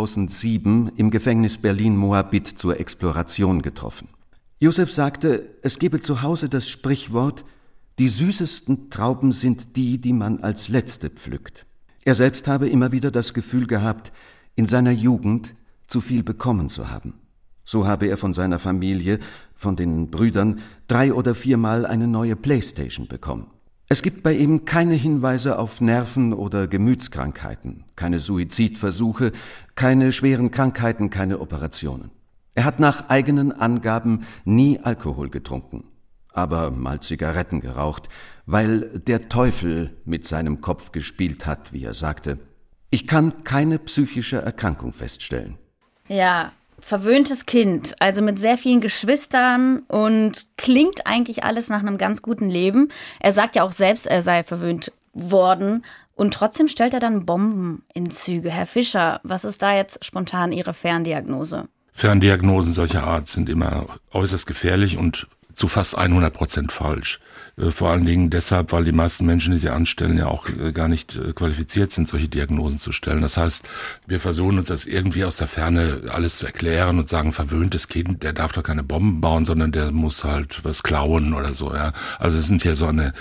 2007 im Gefängnis Berlin-Moabit zur Exploration getroffen. Yusuf sagte, es gebe zu Hause das Sprichwort, die süßesten Trauben sind die, die man als letzte pflückt. Er selbst habe immer wieder das Gefühl gehabt, in seiner Jugend zu viel bekommen zu haben. So habe er von seiner Familie, von den Brüdern, 3 oder 4 Mal eine neue Playstation bekommen. Es gibt bei ihm keine Hinweise auf Nerven- oder Gemütskrankheiten, keine Suizidversuche, keine schweren Krankheiten, keine Operationen. Er hat nach eigenen Angaben nie Alkohol getrunken, aber mal Zigaretten geraucht, weil der Teufel mit seinem Kopf gespielt hat, wie er sagte. Ich kann keine psychische Erkrankung feststellen. Ja, verwöhntes Kind, also mit sehr vielen Geschwistern und klingt eigentlich alles nach einem ganz guten Leben. Er sagt ja auch selbst, er sei verwöhnt worden und trotzdem stellt er dann Bomben in Züge. Herr Fischer, was ist da jetzt spontan Ihre Ferndiagnose? Ferndiagnosen solcher Art sind immer äußerst gefährlich und zu fast 100% falsch. Vor allen Dingen deshalb, weil die meisten Menschen, die sie anstellen, ja auch gar nicht qualifiziert sind, solche Diagnosen zu stellen. Das heißt, wir versuchen uns das irgendwie aus der Ferne alles zu erklären und sagen, verwöhntes Kind, der darf doch keine Bomben bauen, sondern der muss halt was klauen oder so. Ja. Also es sind hier so eine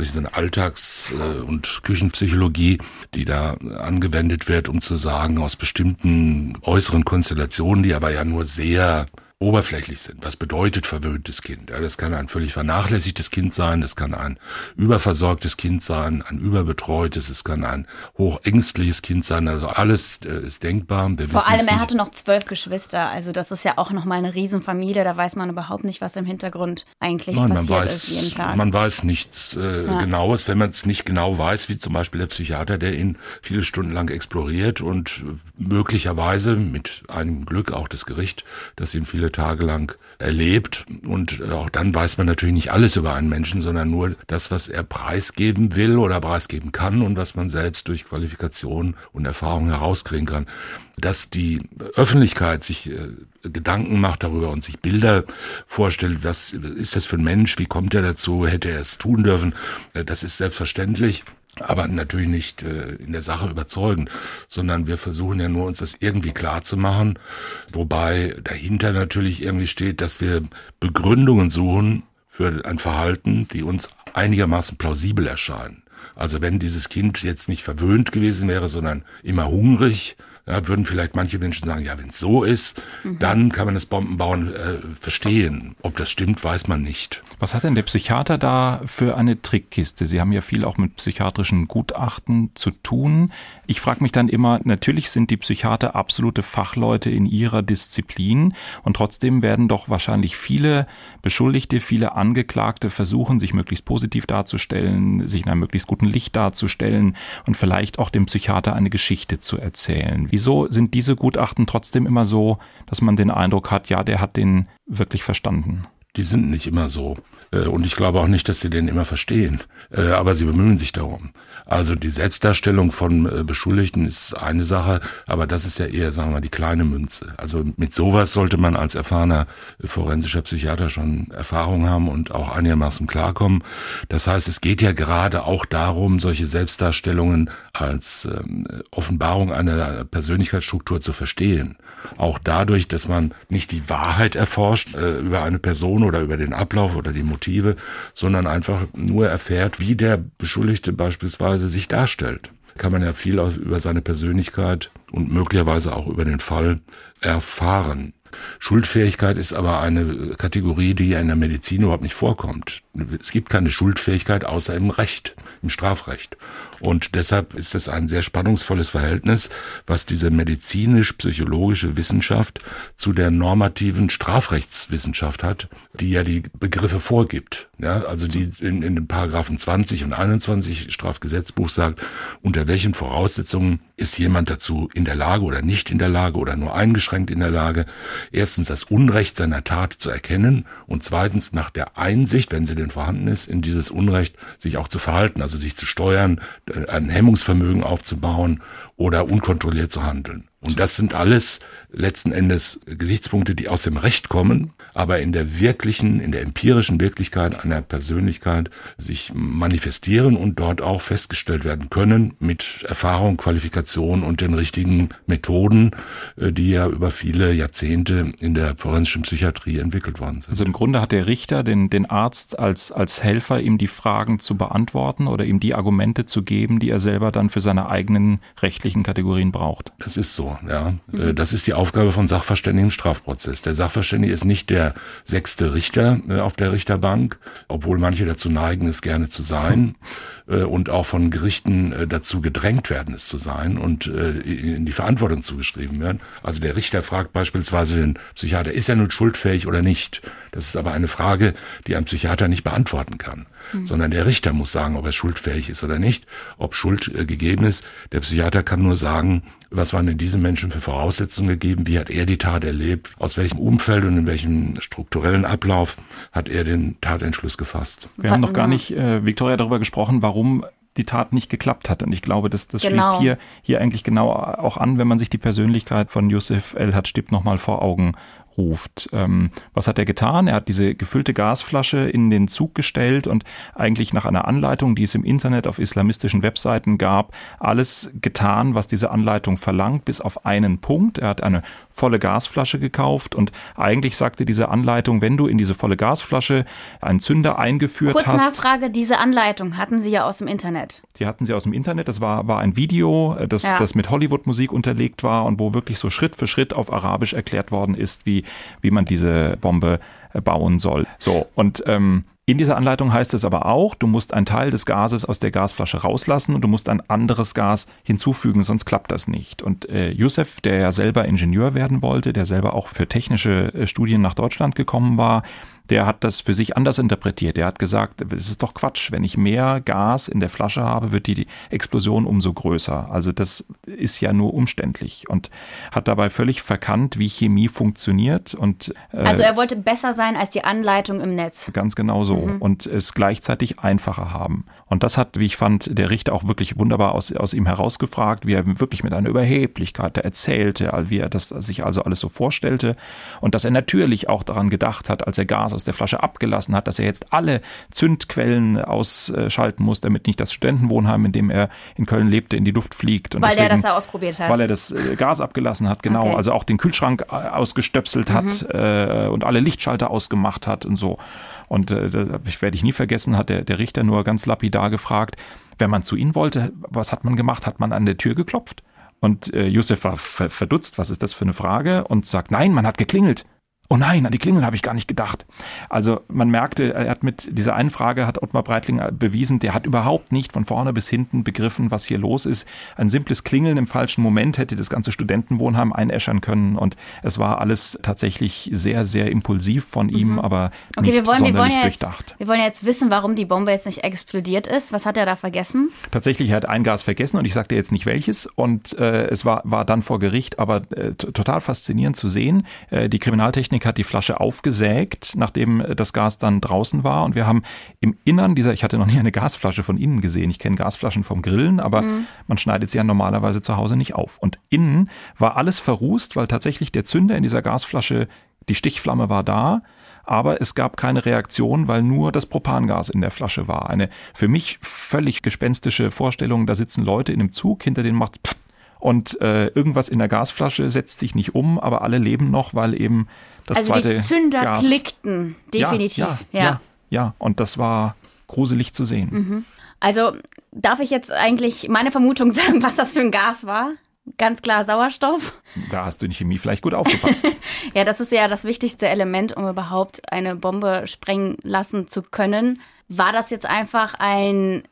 Alltags- und Küchenpsychologie, die da angewendet wird, um zu sagen, aus bestimmten äußeren Konstellationen, die aber ja nur sehr oberflächlich sind. Was bedeutet verwöhntes Kind? Ja, das kann ein völlig vernachlässigtes Kind sein, das kann ein überversorgtes Kind sein, ein überbetreutes, es kann ein hochängstliches Kind sein, also alles ist denkbar. Vor allem, er hatte noch 12 Geschwister, also das ist ja auch nochmal eine Riesenfamilie, da weiß man überhaupt nicht, was im Hintergrund eigentlich passiert ist jeden Tag. Man weiß nichts Genaues, wenn man es nicht genau weiß, wie zum Beispiel der Psychiater, der ihn viele Stunden lang exploriert und möglicherweise mit einem Glück auch das Gericht, das ihn viele Tage lang erlebt. Und auch dann weiß man natürlich nicht alles über einen Menschen, sondern nur das, was er preisgeben will oder preisgeben kann und was man selbst durch Qualifikation und Erfahrung herauskriegen kann. Dass die Öffentlichkeit sich Gedanken macht darüber und sich Bilder vorstellt, was ist das für ein Mensch, wie kommt er dazu, hätte er es tun dürfen, das ist selbstverständlich. Aber natürlich nicht in der Sache überzeugend, sondern wir versuchen ja nur, uns das irgendwie klar zu machen, wobei dahinter natürlich irgendwie steht, dass wir Begründungen suchen für ein Verhalten, die uns einigermaßen plausibel erscheinen. Also wenn dieses Kind jetzt nicht verwöhnt gewesen wäre, sondern immer hungrig, ja, würden vielleicht manche Menschen sagen, ja, wenn es so ist, dann kann man das Bombenbauen verstehen. Ob das stimmt, weiß man nicht. Was hat denn der Psychiater da für eine Trickkiste? Sie haben ja viel auch mit psychiatrischen Gutachten zu tun. Ich frage mich dann immer, natürlich sind die Psychiater absolute Fachleute in ihrer Disziplin und trotzdem werden doch wahrscheinlich viele Beschuldigte, viele Angeklagte versuchen, sich möglichst positiv darzustellen, sich in einem möglichst guten Licht darzustellen und vielleicht auch dem Psychiater eine Geschichte zu erzählen. Wieso sind diese Gutachten trotzdem immer so, dass man den Eindruck hat, ja, der hat den wirklich verstanden? Die sind nicht immer so. Und ich glaube auch nicht, dass sie den immer verstehen. Aber sie bemühen sich darum. Also die Selbstdarstellung von Beschuldigten ist eine Sache, aber das ist ja eher, sagen wir mal, die kleine Münze. Also mit sowas sollte man als erfahrener forensischer Psychiater schon Erfahrung haben und auch einigermaßen klarkommen. Das heißt, es geht ja gerade auch darum, solche Selbstdarstellungen als Offenbarung einer Persönlichkeitsstruktur zu verstehen. Auch dadurch, dass man nicht die Wahrheit erforscht über eine Person oder über den Ablauf oder die Motive, sondern einfach nur erfährt, wie der Beschuldigte beispielsweise sich darstellt. Kann man ja viel über seine Persönlichkeit und möglicherweise auch über den Fall erfahren. Schuldfähigkeit ist aber eine Kategorie, die ja in der Medizin überhaupt nicht vorkommt. Es gibt keine Schuldfähigkeit außer im Recht, im Strafrecht. Und deshalb ist es ein sehr spannungsvolles Verhältnis, was diese medizinisch-psychologische Wissenschaft zu der normativen Strafrechtswissenschaft hat, die ja die Begriffe vorgibt. Ja, also die in den Paragraphen 20 und 21 Strafgesetzbuch sagt, unter welchen Voraussetzungen ist jemand dazu in der Lage oder nicht in der Lage oder nur eingeschränkt in der Lage, erstens das Unrecht seiner Tat zu erkennen und zweitens nach der Einsicht, wenn sie denn vorhanden ist, in dieses Unrecht sich auch zu verhalten, also sich zu steuern, ein Hemmungsvermögen aufzubauen oder unkontrolliert zu handeln. Und das sind alles letzten Endes Gesichtspunkte, die aus dem Recht kommen, aber in der wirklichen, in der empirischen Wirklichkeit einer Persönlichkeit sich manifestieren und dort auch festgestellt werden können mit Erfahrung, Qualifikation und den richtigen Methoden, die ja über viele Jahrzehnte in der forensischen Psychiatrie entwickelt worden sind. Also im Grunde hat der Richter den Arzt als Helfer, ihm die Fragen zu beantworten oder ihm die Argumente zu geben, die er selber dann für seine eigenen rechtlichen Kategorien braucht. Das ist so, ja. Das ist die Aufgabe von Sachverständigen im Strafprozess. Der Sachverständige ist nicht der 6. Richter auf der Richterbank, obwohl manche dazu neigen, es gerne zu sein, und auch von Gerichten dazu gedrängt werden, es zu sein und in die Verantwortung zugeschrieben werden. Also der Richter fragt beispielsweise den Psychiater, ist er nun schuldfähig oder nicht? Das ist aber eine Frage, die ein Psychiater nicht beantworten kann, sondern der Richter muss sagen, ob er schuldfähig ist oder nicht, ob Schuld gegeben ist. Der Psychiater kann nur sagen, was waren denn diesem Menschen für Voraussetzungen gegeben, wie hat er die Tat erlebt, aus welchem Umfeld und in welchem strukturellen Ablauf hat er den Tatentschluss gefasst. Wir haben noch gar nicht, Viktoria, darüber gesprochen, warum die Tat nicht geklappt hat. Und ich glaube, das schließt hier eigentlich genau auch an, wenn man sich die Persönlichkeit von Yusuf El-Hadschdib nochmal vor Augen ruft. Was hat er getan? Er hat diese gefüllte Gasflasche in den Zug gestellt und eigentlich nach einer Anleitung, die es im Internet auf islamistischen Webseiten gab, alles getan, was diese Anleitung verlangt, bis auf einen Punkt. Er hat eine volle Gasflasche gekauft und eigentlich sagte diese Anleitung, wenn du in diese volle Gasflasche einen Zünder eingeführt hast. Kurze Nachfrage, diese Anleitung hatten Sie ja aus dem Internet. Die hatten sie aus dem Internet. Das war ein Video, das mit Hollywood-Musik unterlegt war und wo wirklich so Schritt für Schritt auf Arabisch erklärt worden ist, wie man diese Bombe bauen soll. So, und in dieser Anleitung heißt es aber auch, du musst einen Teil des Gases aus der Gasflasche rauslassen und du musst ein anderes Gas hinzufügen, sonst klappt das nicht. Und Yusuf, der ja selber Ingenieur werden wollte, der selber auch für technische Studien nach Deutschland gekommen war, der hat das für sich anders interpretiert. Er hat gesagt, es ist doch Quatsch, wenn ich mehr Gas in der Flasche habe, wird die Explosion umso größer. Also das ist ja nur umständlich und hat dabei völlig verkannt, wie Chemie funktioniert. Und also er wollte besser sein als die Anleitung im Netz. Ganz genau so und es gleichzeitig einfacher haben. Und das hat, wie ich fand, der Richter auch wirklich wunderbar aus ihm herausgefragt, wie er wirklich mit einer Überheblichkeit erzählte, wie er das sich also alles so vorstellte und dass er natürlich auch daran gedacht hat, als er Gas aus der Flasche abgelassen hat, dass er jetzt alle Zündquellen ausschalten muss, damit nicht das Studentenwohnheim, in dem er in Köln lebte, in die Luft fliegt. Und weil er das da ausprobiert hat. Weil er das Gas abgelassen hat, genau. Okay. Also auch den Kühlschrank ausgestöpselt hat und alle Lichtschalter ausgemacht hat und so. Und das werde ich nie vergessen, hat der Richter nur ganz lapidar gefragt, wenn man zu ihnen wollte, was hat man gemacht? Hat man an der Tür geklopft? Und Yusuf war verdutzt, was ist das für eine Frage? Und sagt, nein, man hat geklingelt. Oh nein, an die Klingel habe ich gar nicht gedacht. Also man merkte, er hat mit dieser einen Frage, hat Ottmar Breitling bewiesen, der hat überhaupt nicht von vorne bis hinten begriffen, was hier los ist. Ein simples Klingeln im falschen Moment hätte das ganze Studentenwohnheim einäschern können und es war alles tatsächlich sehr, sehr impulsiv von ihm, aber nicht sonderlich durchdacht. Wir wollen jetzt wissen, warum die Bombe jetzt nicht explodiert ist. Was hat er da vergessen? Tatsächlich, er hat ein Gas vergessen und ich sagte jetzt nicht welches und es war dann vor Gericht, aber total faszinierend zu sehen. Die Kriminaltechnik hat die Flasche aufgesägt, nachdem das Gas dann draußen war. Und wir haben im Innern ich hatte noch nie eine Gasflasche von innen gesehen. Ich kenne Gasflaschen vom Grillen, aber man schneidet sie ja normalerweise zu Hause nicht auf. Und innen war alles verrußt, weil tatsächlich der Zünder in dieser Gasflasche, die Stichflamme war da, aber es gab keine Reaktion, weil nur das Propangas in der Flasche war. Eine für mich völlig gespenstische Vorstellung, da sitzen Leute in einem Zug, hinter denen macht pfft, und irgendwas in der Gasflasche setzt sich nicht um, aber alle leben noch, weil eben das zweite Gas... Also die Zünder klickten, definitiv. Ja, und das war gruselig zu sehen. Also darf ich jetzt eigentlich meine Vermutung sagen, was das für ein Gas war? Ganz klar Sauerstoff. Da hast du in Chemie vielleicht gut aufgepasst. Ja, das ist ja das wichtigste Element, um überhaupt eine Bombe sprengen lassen zu können. War das jetzt einfach ein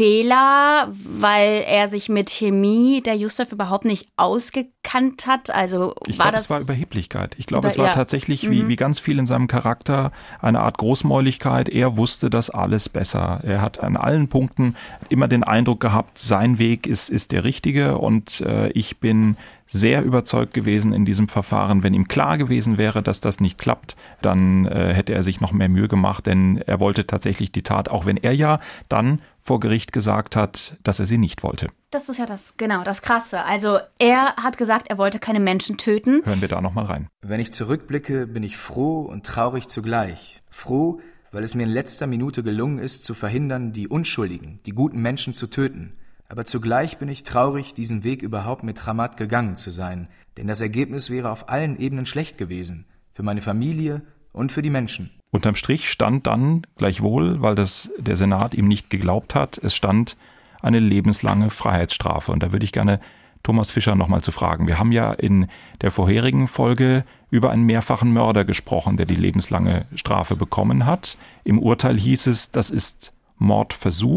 Fehler, weil er sich mit Chemie, der Yusuf, überhaupt nicht ausgekannt hat? Also ich glaube, es war Überheblichkeit. Ich glaube, es war tatsächlich, wie ganz viel in seinem Charakter, eine Art Großmäuligkeit. Er wusste das alles besser. Er hat an allen Punkten immer den Eindruck gehabt, sein Weg ist der richtige und ich bin sehr überzeugt gewesen in diesem Verfahren. Wenn ihm klar gewesen wäre, dass das nicht klappt, dann hätte er sich noch mehr Mühe gemacht, denn er wollte tatsächlich die Tat, auch wenn er ja dann vor Gericht gesagt hat, dass er sie nicht wollte. Das ist ja das Krasse. Also er hat gesagt, er wollte keine Menschen töten. Hören wir da nochmal rein. Wenn ich zurückblicke, bin ich froh und traurig zugleich. Froh, weil es mir in letzter Minute gelungen ist, zu verhindern, die Unschuldigen, die guten Menschen zu töten. Aber zugleich bin ich traurig, diesen Weg überhaupt mit Hamad gegangen zu sein, denn das Ergebnis wäre auf allen Ebenen schlecht gewesen, für meine Familie und für die Menschen. Unterm Strich stand dann gleichwohl, weil das der Senat ihm nicht geglaubt hat, es stand eine lebenslange Freiheitsstrafe. Und da würde ich gerne Thomas Fischer nochmal zu fragen. Wir haben ja in der vorherigen Folge über einen mehrfachen Mörder gesprochen, der die lebenslange Strafe bekommen hat. Im Urteil hieß es, das ist Mordversuch.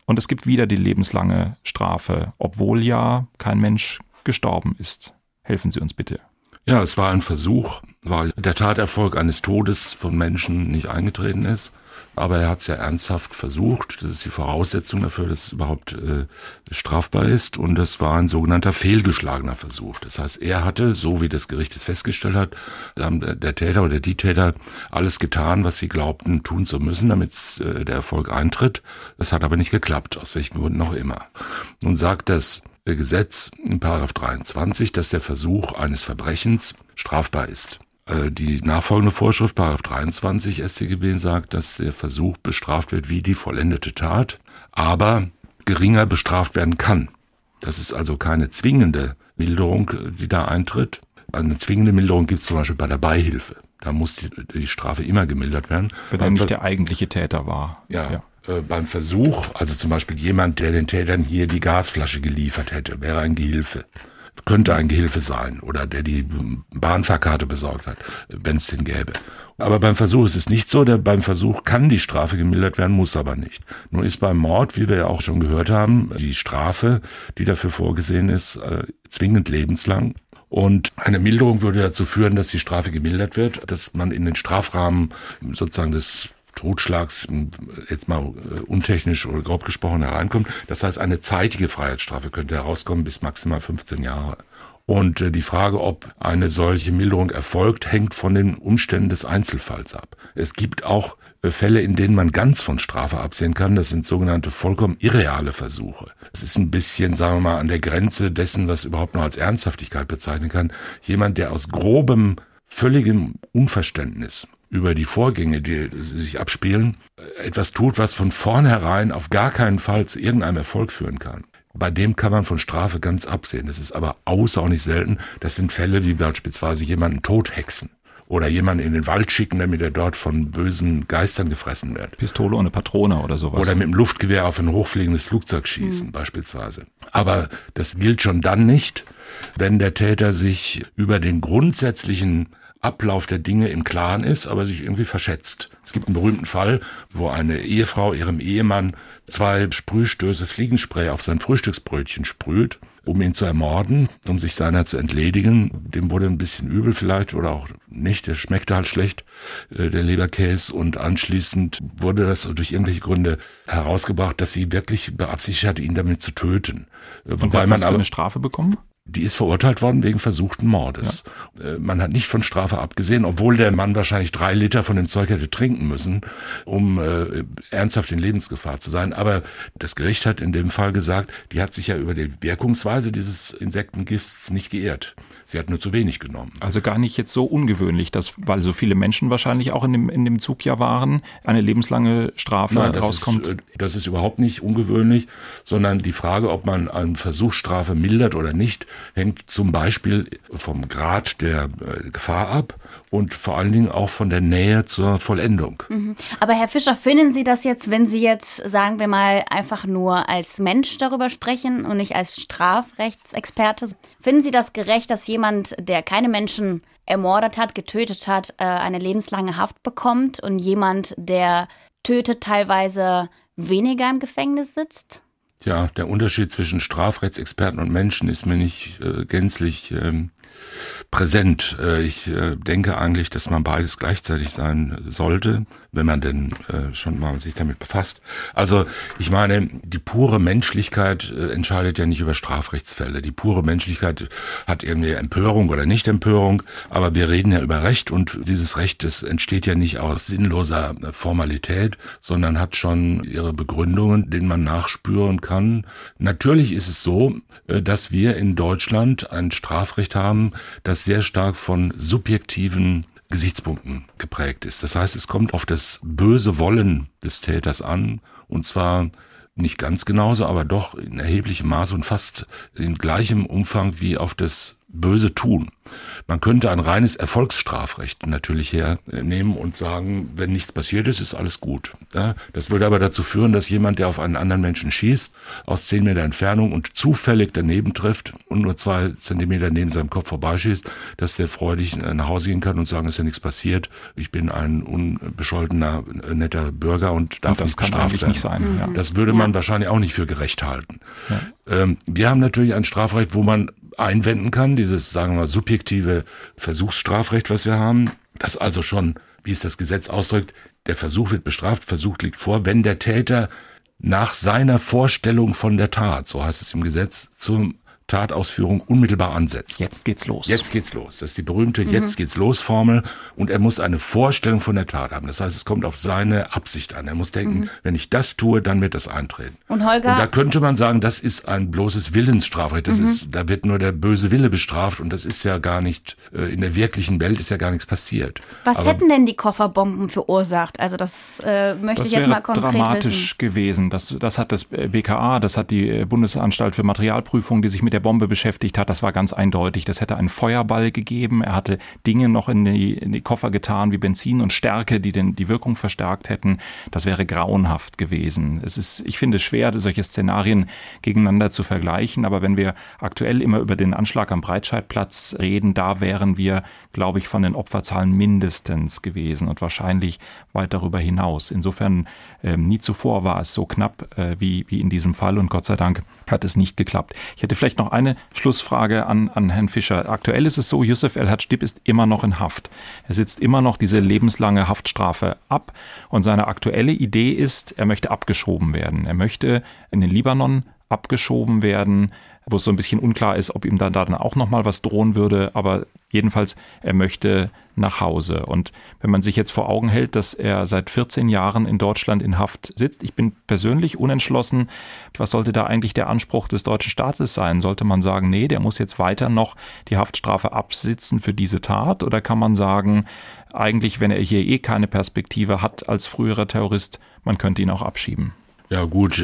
und es gibt wieder die lebenslange Strafe, obwohl ja kein Mensch gestorben ist. Helfen Sie uns bitte. Ja, es war ein Versuch, weil der Taterfolg eines Todes von Menschen nicht eingetreten ist. Aber er hat es ja ernsthaft versucht. Das ist die Voraussetzung dafür, dass es überhaupt strafbar ist. Und das war ein sogenannter fehlgeschlagener Versuch. Das heißt, er hatte, so wie das Gericht es festgestellt hat, der Täter oder die Täter alles getan, was sie glaubten tun zu müssen, damit der Erfolg eintritt. Das hat aber nicht geklappt, aus welchen Gründen auch immer. Nun sagt das Gesetz in § 23, dass der Versuch eines Verbrechens strafbar ist. Die nachfolgende Vorschrift, § 23 StGB, sagt, dass der Versuch bestraft wird wie die vollendete Tat, aber geringer bestraft werden kann. Das ist also keine zwingende Milderung, die da eintritt. Eine zwingende Milderung gibt es zum Beispiel bei der Beihilfe. Da muss die Strafe immer gemildert werden. Wenn er nicht der eigentliche Täter war. Ja. Beim Versuch, also zum Beispiel jemand, der den Tätern hier die Gasflasche geliefert hätte, wäre ein Gehilfe. Könnte ein Gehilfe sein oder der die Bahnfahrkarte besorgt hat, wenn es den gäbe. Aber beim Versuch ist es nicht so. Beim Versuch kann die Strafe gemildert werden, muss aber nicht. Nur ist beim Mord, wie wir ja auch schon gehört haben, die Strafe, die dafür vorgesehen ist, zwingend lebenslang. Und eine Milderung würde dazu führen, dass die Strafe gemildert wird, dass man in den Strafrahmen sozusagen des Totschlags, jetzt mal untechnisch oder grob gesprochen, hereinkommt. Das heißt, eine zeitige Freiheitsstrafe könnte herauskommen bis maximal 15 Jahre. Und die Frage, ob eine solche Milderung erfolgt, hängt von den Umständen des Einzelfalls ab. Es gibt auch Fälle, in denen man ganz von Strafe absehen kann. Das sind sogenannte vollkommen irreale Versuche. Es ist ein bisschen, sagen wir mal, an der Grenze dessen, was überhaupt noch als Ernsthaftigkeit bezeichnen kann. Jemand, der aus grobem, völligem Unverständnis über die Vorgänge, die sich abspielen, etwas tut, was von vornherein auf gar keinen Fall zu irgendeinem Erfolg führen kann. Bei dem kann man von Strafe ganz absehen. Das ist aber außerordentlich selten. Das sind Fälle, wie beispielsweise jemanden tothexen oder jemanden in den Wald schicken, damit er dort von bösen Geistern gefressen wird. Pistole ohne Patrone oder sowas. Oder mit dem Luftgewehr auf ein hochfliegendes Flugzeug schießen beispielsweise. Aber das gilt schon dann nicht, wenn der Täter sich über den grundsätzlichen Ablauf der Dinge im Klaren ist, aber sich irgendwie verschätzt. Es gibt einen berühmten Fall, wo eine Ehefrau ihrem Ehemann 2 Sprühstöße Fliegenspray auf sein Frühstücksbrötchen sprüht, um ihn zu ermorden, um sich seiner zu entledigen. Dem wurde ein bisschen übel vielleicht oder auch nicht, der schmeckte halt schlecht, der Leberkäse, und anschließend wurde das durch irgendwelche Gründe herausgebracht, dass sie wirklich beabsichtigt hatte, ihn damit zu töten. Und hat man für eine Strafe bekommen? Die ist verurteilt worden wegen versuchten Mordes. Ja. Man hat nicht von Strafe abgesehen, obwohl der Mann wahrscheinlich 3 Liter von dem Zeug hätte trinken müssen, um ernsthaft in Lebensgefahr zu sein. Aber das Gericht hat in dem Fall gesagt, die hat sich ja über die Wirkungsweise dieses Insektengifts nicht geirrt. Sie hat nur zu wenig genommen. Also gar nicht jetzt so ungewöhnlich, dass, weil so viele Menschen wahrscheinlich auch in dem Zug ja waren, eine lebenslange Strafe rauskommt? Das ist überhaupt nicht ungewöhnlich, sondern die Frage, ob man eine Versuchsstrafe mildert oder nicht, hängt zum Beispiel vom Grad der Gefahr ab und vor allen Dingen auch von der Nähe zur Vollendung. Aber Herr Fischer, finden Sie das jetzt, wenn Sie jetzt, sagen wir mal, einfach nur als Mensch darüber sprechen und nicht als Strafrechtsexperte, finden Sie das gerecht, dass jemand, der keine Menschen ermordet hat, getötet hat, eine lebenslange Haft bekommt und jemand, der tötet, teilweise weniger im Gefängnis sitzt? Tja, der Unterschied zwischen Strafrechtsexperten und Menschen ist mir nicht gänzlich präsent. Ich denke eigentlich, dass man beides gleichzeitig sein sollte, wenn man denn schon mal sich damit befasst. Also ich meine, die pure Menschlichkeit entscheidet ja nicht über Strafrechtsfälle. Die pure Menschlichkeit hat irgendwie Empörung oder Nicht-Empörung, aber wir reden ja über Recht, und dieses Recht, das entsteht ja nicht aus sinnloser Formalität, sondern hat schon ihre Begründungen, denen man nachspüren kann. Natürlich ist es so, dass wir in Deutschland ein Strafrecht haben, das sehr stark von subjektiven Gesichtspunkten geprägt ist. Das heißt, es kommt auf das böse Wollen des Täters an, und zwar nicht ganz genauso, aber doch in erheblichem Maße und fast in gleichem Umfang wie auf das böse tun. Man könnte ein reines Erfolgsstrafrecht natürlich hernehmen und sagen, wenn nichts passiert ist, ist alles gut. Ja, das würde aber dazu führen, dass jemand, der auf einen anderen Menschen schießt, aus 10 Meter Entfernung und zufällig daneben trifft und nur 2 Zentimeter neben seinem Kopf vorbeischießt, dass der freudig nach Hause gehen kann und sagen, ist ja nichts passiert. Ich bin ein unbescholtener, netter Bürger und darf nicht bestraft werden. Nicht sein. Ja. Das würde man wahrscheinlich auch nicht für gerecht halten. Ja. Wir haben natürlich ein Strafrecht, wo man einwenden kann, dieses, sagen wir mal, subjektive Versuchsstrafrecht, was wir haben, das also schon, wie es das Gesetz ausdrückt, der Versuch wird bestraft, Versuch liegt vor, wenn der Täter nach seiner Vorstellung von der Tat, so heißt es im Gesetz, zur Tatausführung unmittelbar ansetzt. Jetzt geht's los. Jetzt geht's los. Das ist die berühmte Jetzt geht's los Formel und er muss eine Vorstellung von der Tat haben. Das heißt, es kommt auf seine Absicht an. Er muss denken, wenn ich das tue, dann wird das eintreten. Und Holger? Und da könnte man sagen, das ist ein bloßes Willensstrafrecht. Das ist, da wird nur der böse Wille bestraft und das ist ja gar nicht, in der wirklichen Welt ist ja gar nichts passiert. Was hätten denn die Kofferbomben verursacht? Also das möchte ich jetzt mal konkret wissen. Das wäre dramatisch gewesen. Das hat das BKA, das hat die Bundesanstalt für Materialprüfung, die sich mit der Bombe beschäftigt hat, das war ganz eindeutig. Das hätte einen Feuerball gegeben. Er hatte Dinge noch in die Koffer getan, wie Benzin und Stärke, die die Wirkung verstärkt hätten. Das wäre grauenhaft gewesen. Ich finde es schwer, solche Szenarien gegeneinander zu vergleichen. Aber wenn wir aktuell immer über den Anschlag am Breitscheidplatz reden, da wären wir, glaube ich, von den Opferzahlen mindestens gewesen und wahrscheinlich weit darüber hinaus. Insofern nie zuvor war es so knapp wie in diesem Fall und Gott sei Dank hat es nicht geklappt. Ich hätte vielleicht noch eine Schlussfrage an Herrn Fischer. Aktuell ist es so, Yusuf El-Hadschdib ist immer noch in Haft. Er sitzt immer noch diese lebenslange Haftstrafe ab und seine aktuelle Idee ist, er möchte abgeschoben werden. Er möchte in den Libanon abgeschoben werden, wo es so ein bisschen unklar ist, ob ihm dann auch nochmal was drohen würde, aber jedenfalls, er möchte nach Hause. Und wenn man sich jetzt vor Augen hält, dass er seit 14 Jahren in Deutschland in Haft sitzt, ich bin persönlich unentschlossen, was sollte da eigentlich der Anspruch des deutschen Staates sein? Sollte man sagen, nee, der muss jetzt weiter noch die Haftstrafe absitzen für diese Tat? Oder kann man sagen, eigentlich, wenn er hier keine Perspektive hat als früherer Terrorist, man könnte ihn auch abschieben? Ja gut,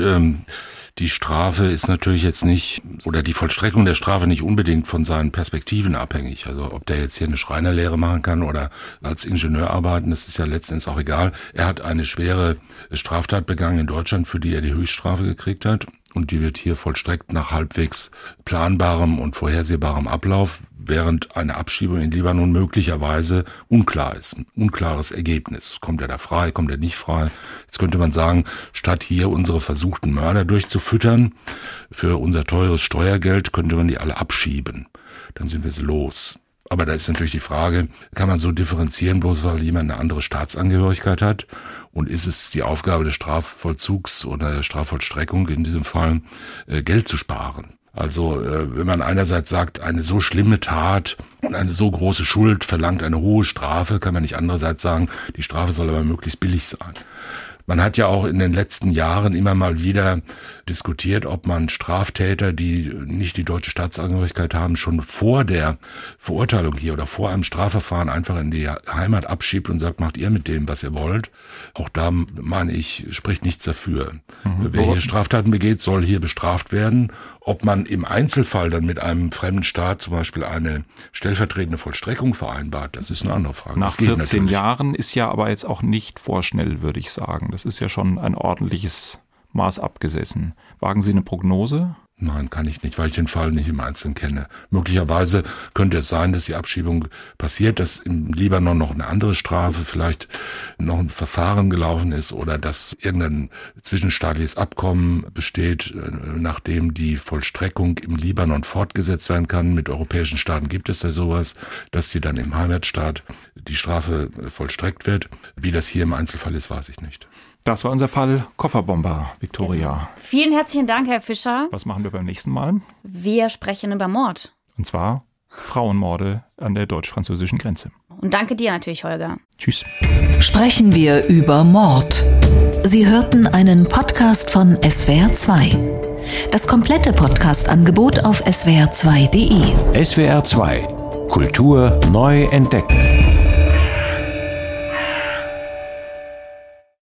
die Strafe ist natürlich jetzt nicht, oder die Vollstreckung der Strafe nicht unbedingt von seinen Perspektiven abhängig. Also ob der jetzt hier eine Schreinerlehre machen kann oder als Ingenieur arbeiten, das ist ja letztendlich auch egal. Er hat eine schwere Straftat begangen in Deutschland, für die er die Höchststrafe gekriegt hat. Und die wird hier vollstreckt nach halbwegs planbarem und vorhersehbarem Ablauf, während eine Abschiebung in Libanon möglicherweise unklar ist. Ein unklares Ergebnis. Kommt er da frei, kommt er nicht frei? Jetzt könnte man sagen, statt hier unsere versuchten Mörder durchzufüttern, für unser teures Steuergeld könnte man die alle abschieben. Dann sind wir sie los. Aber da ist natürlich die Frage, kann man so differenzieren, bloß weil jemand eine andere Staatsangehörigkeit hat? Und ist es die Aufgabe des Strafvollzugs oder der Strafvollstreckung in diesem Fall, Geld zu sparen? Also wenn man einerseits sagt, eine so schlimme Tat und eine so große Schuld verlangt eine hohe Strafe, kann man nicht andererseits sagen, die Strafe soll aber möglichst billig sein. Man hat ja auch in den letzten Jahren immer mal wieder diskutiert, ob man Straftäter, die nicht die deutsche Staatsangehörigkeit haben, schon vor der Verurteilung hier oder vor einem Strafverfahren einfach in die Heimat abschiebt und sagt, macht ihr mit dem, was ihr wollt. Auch da, meine ich, spricht nichts dafür. Wer hier Straftaten begeht, soll hier bestraft werden. Ob man im Einzelfall dann mit einem fremden Staat zum Beispiel eine stellvertretende Vollstreckung vereinbart, das ist eine andere Frage. Nach 14 Jahren ist ja aber jetzt auch nicht vorschnell, würde ich sagen. Das ist ja schon ein ordentliches Maß abgesessen. Wagen Sie eine Prognose? Nein, kann ich nicht, weil ich den Fall nicht im Einzelnen kenne. Möglicherweise könnte es sein, dass die Abschiebung passiert, dass im Libanon noch eine andere Strafe, vielleicht noch ein Verfahren gelaufen ist oder dass irgendein zwischenstaatliches Abkommen besteht, nachdem die Vollstreckung im Libanon fortgesetzt werden kann. Mit europäischen Staaten gibt es ja sowas, dass sie dann im Heimatstaat die Strafe vollstreckt wird. Wie das hier im Einzelfall ist, weiß ich nicht. Das war unser Fall Kofferbomber, Viktoria. Vielen herzlichen Dank, Herr Fischer. Was machen wir beim nächsten Mal? Wir sprechen über Mord. Und zwar Frauenmorde an der deutsch-französischen Grenze. Und danke dir natürlich, Holger. Tschüss. Sprechen wir über Mord. Sie hörten einen Podcast von SWR2. Das komplette Podcast-Angebot auf swr2.de. SWR2 Kultur neu entdecken.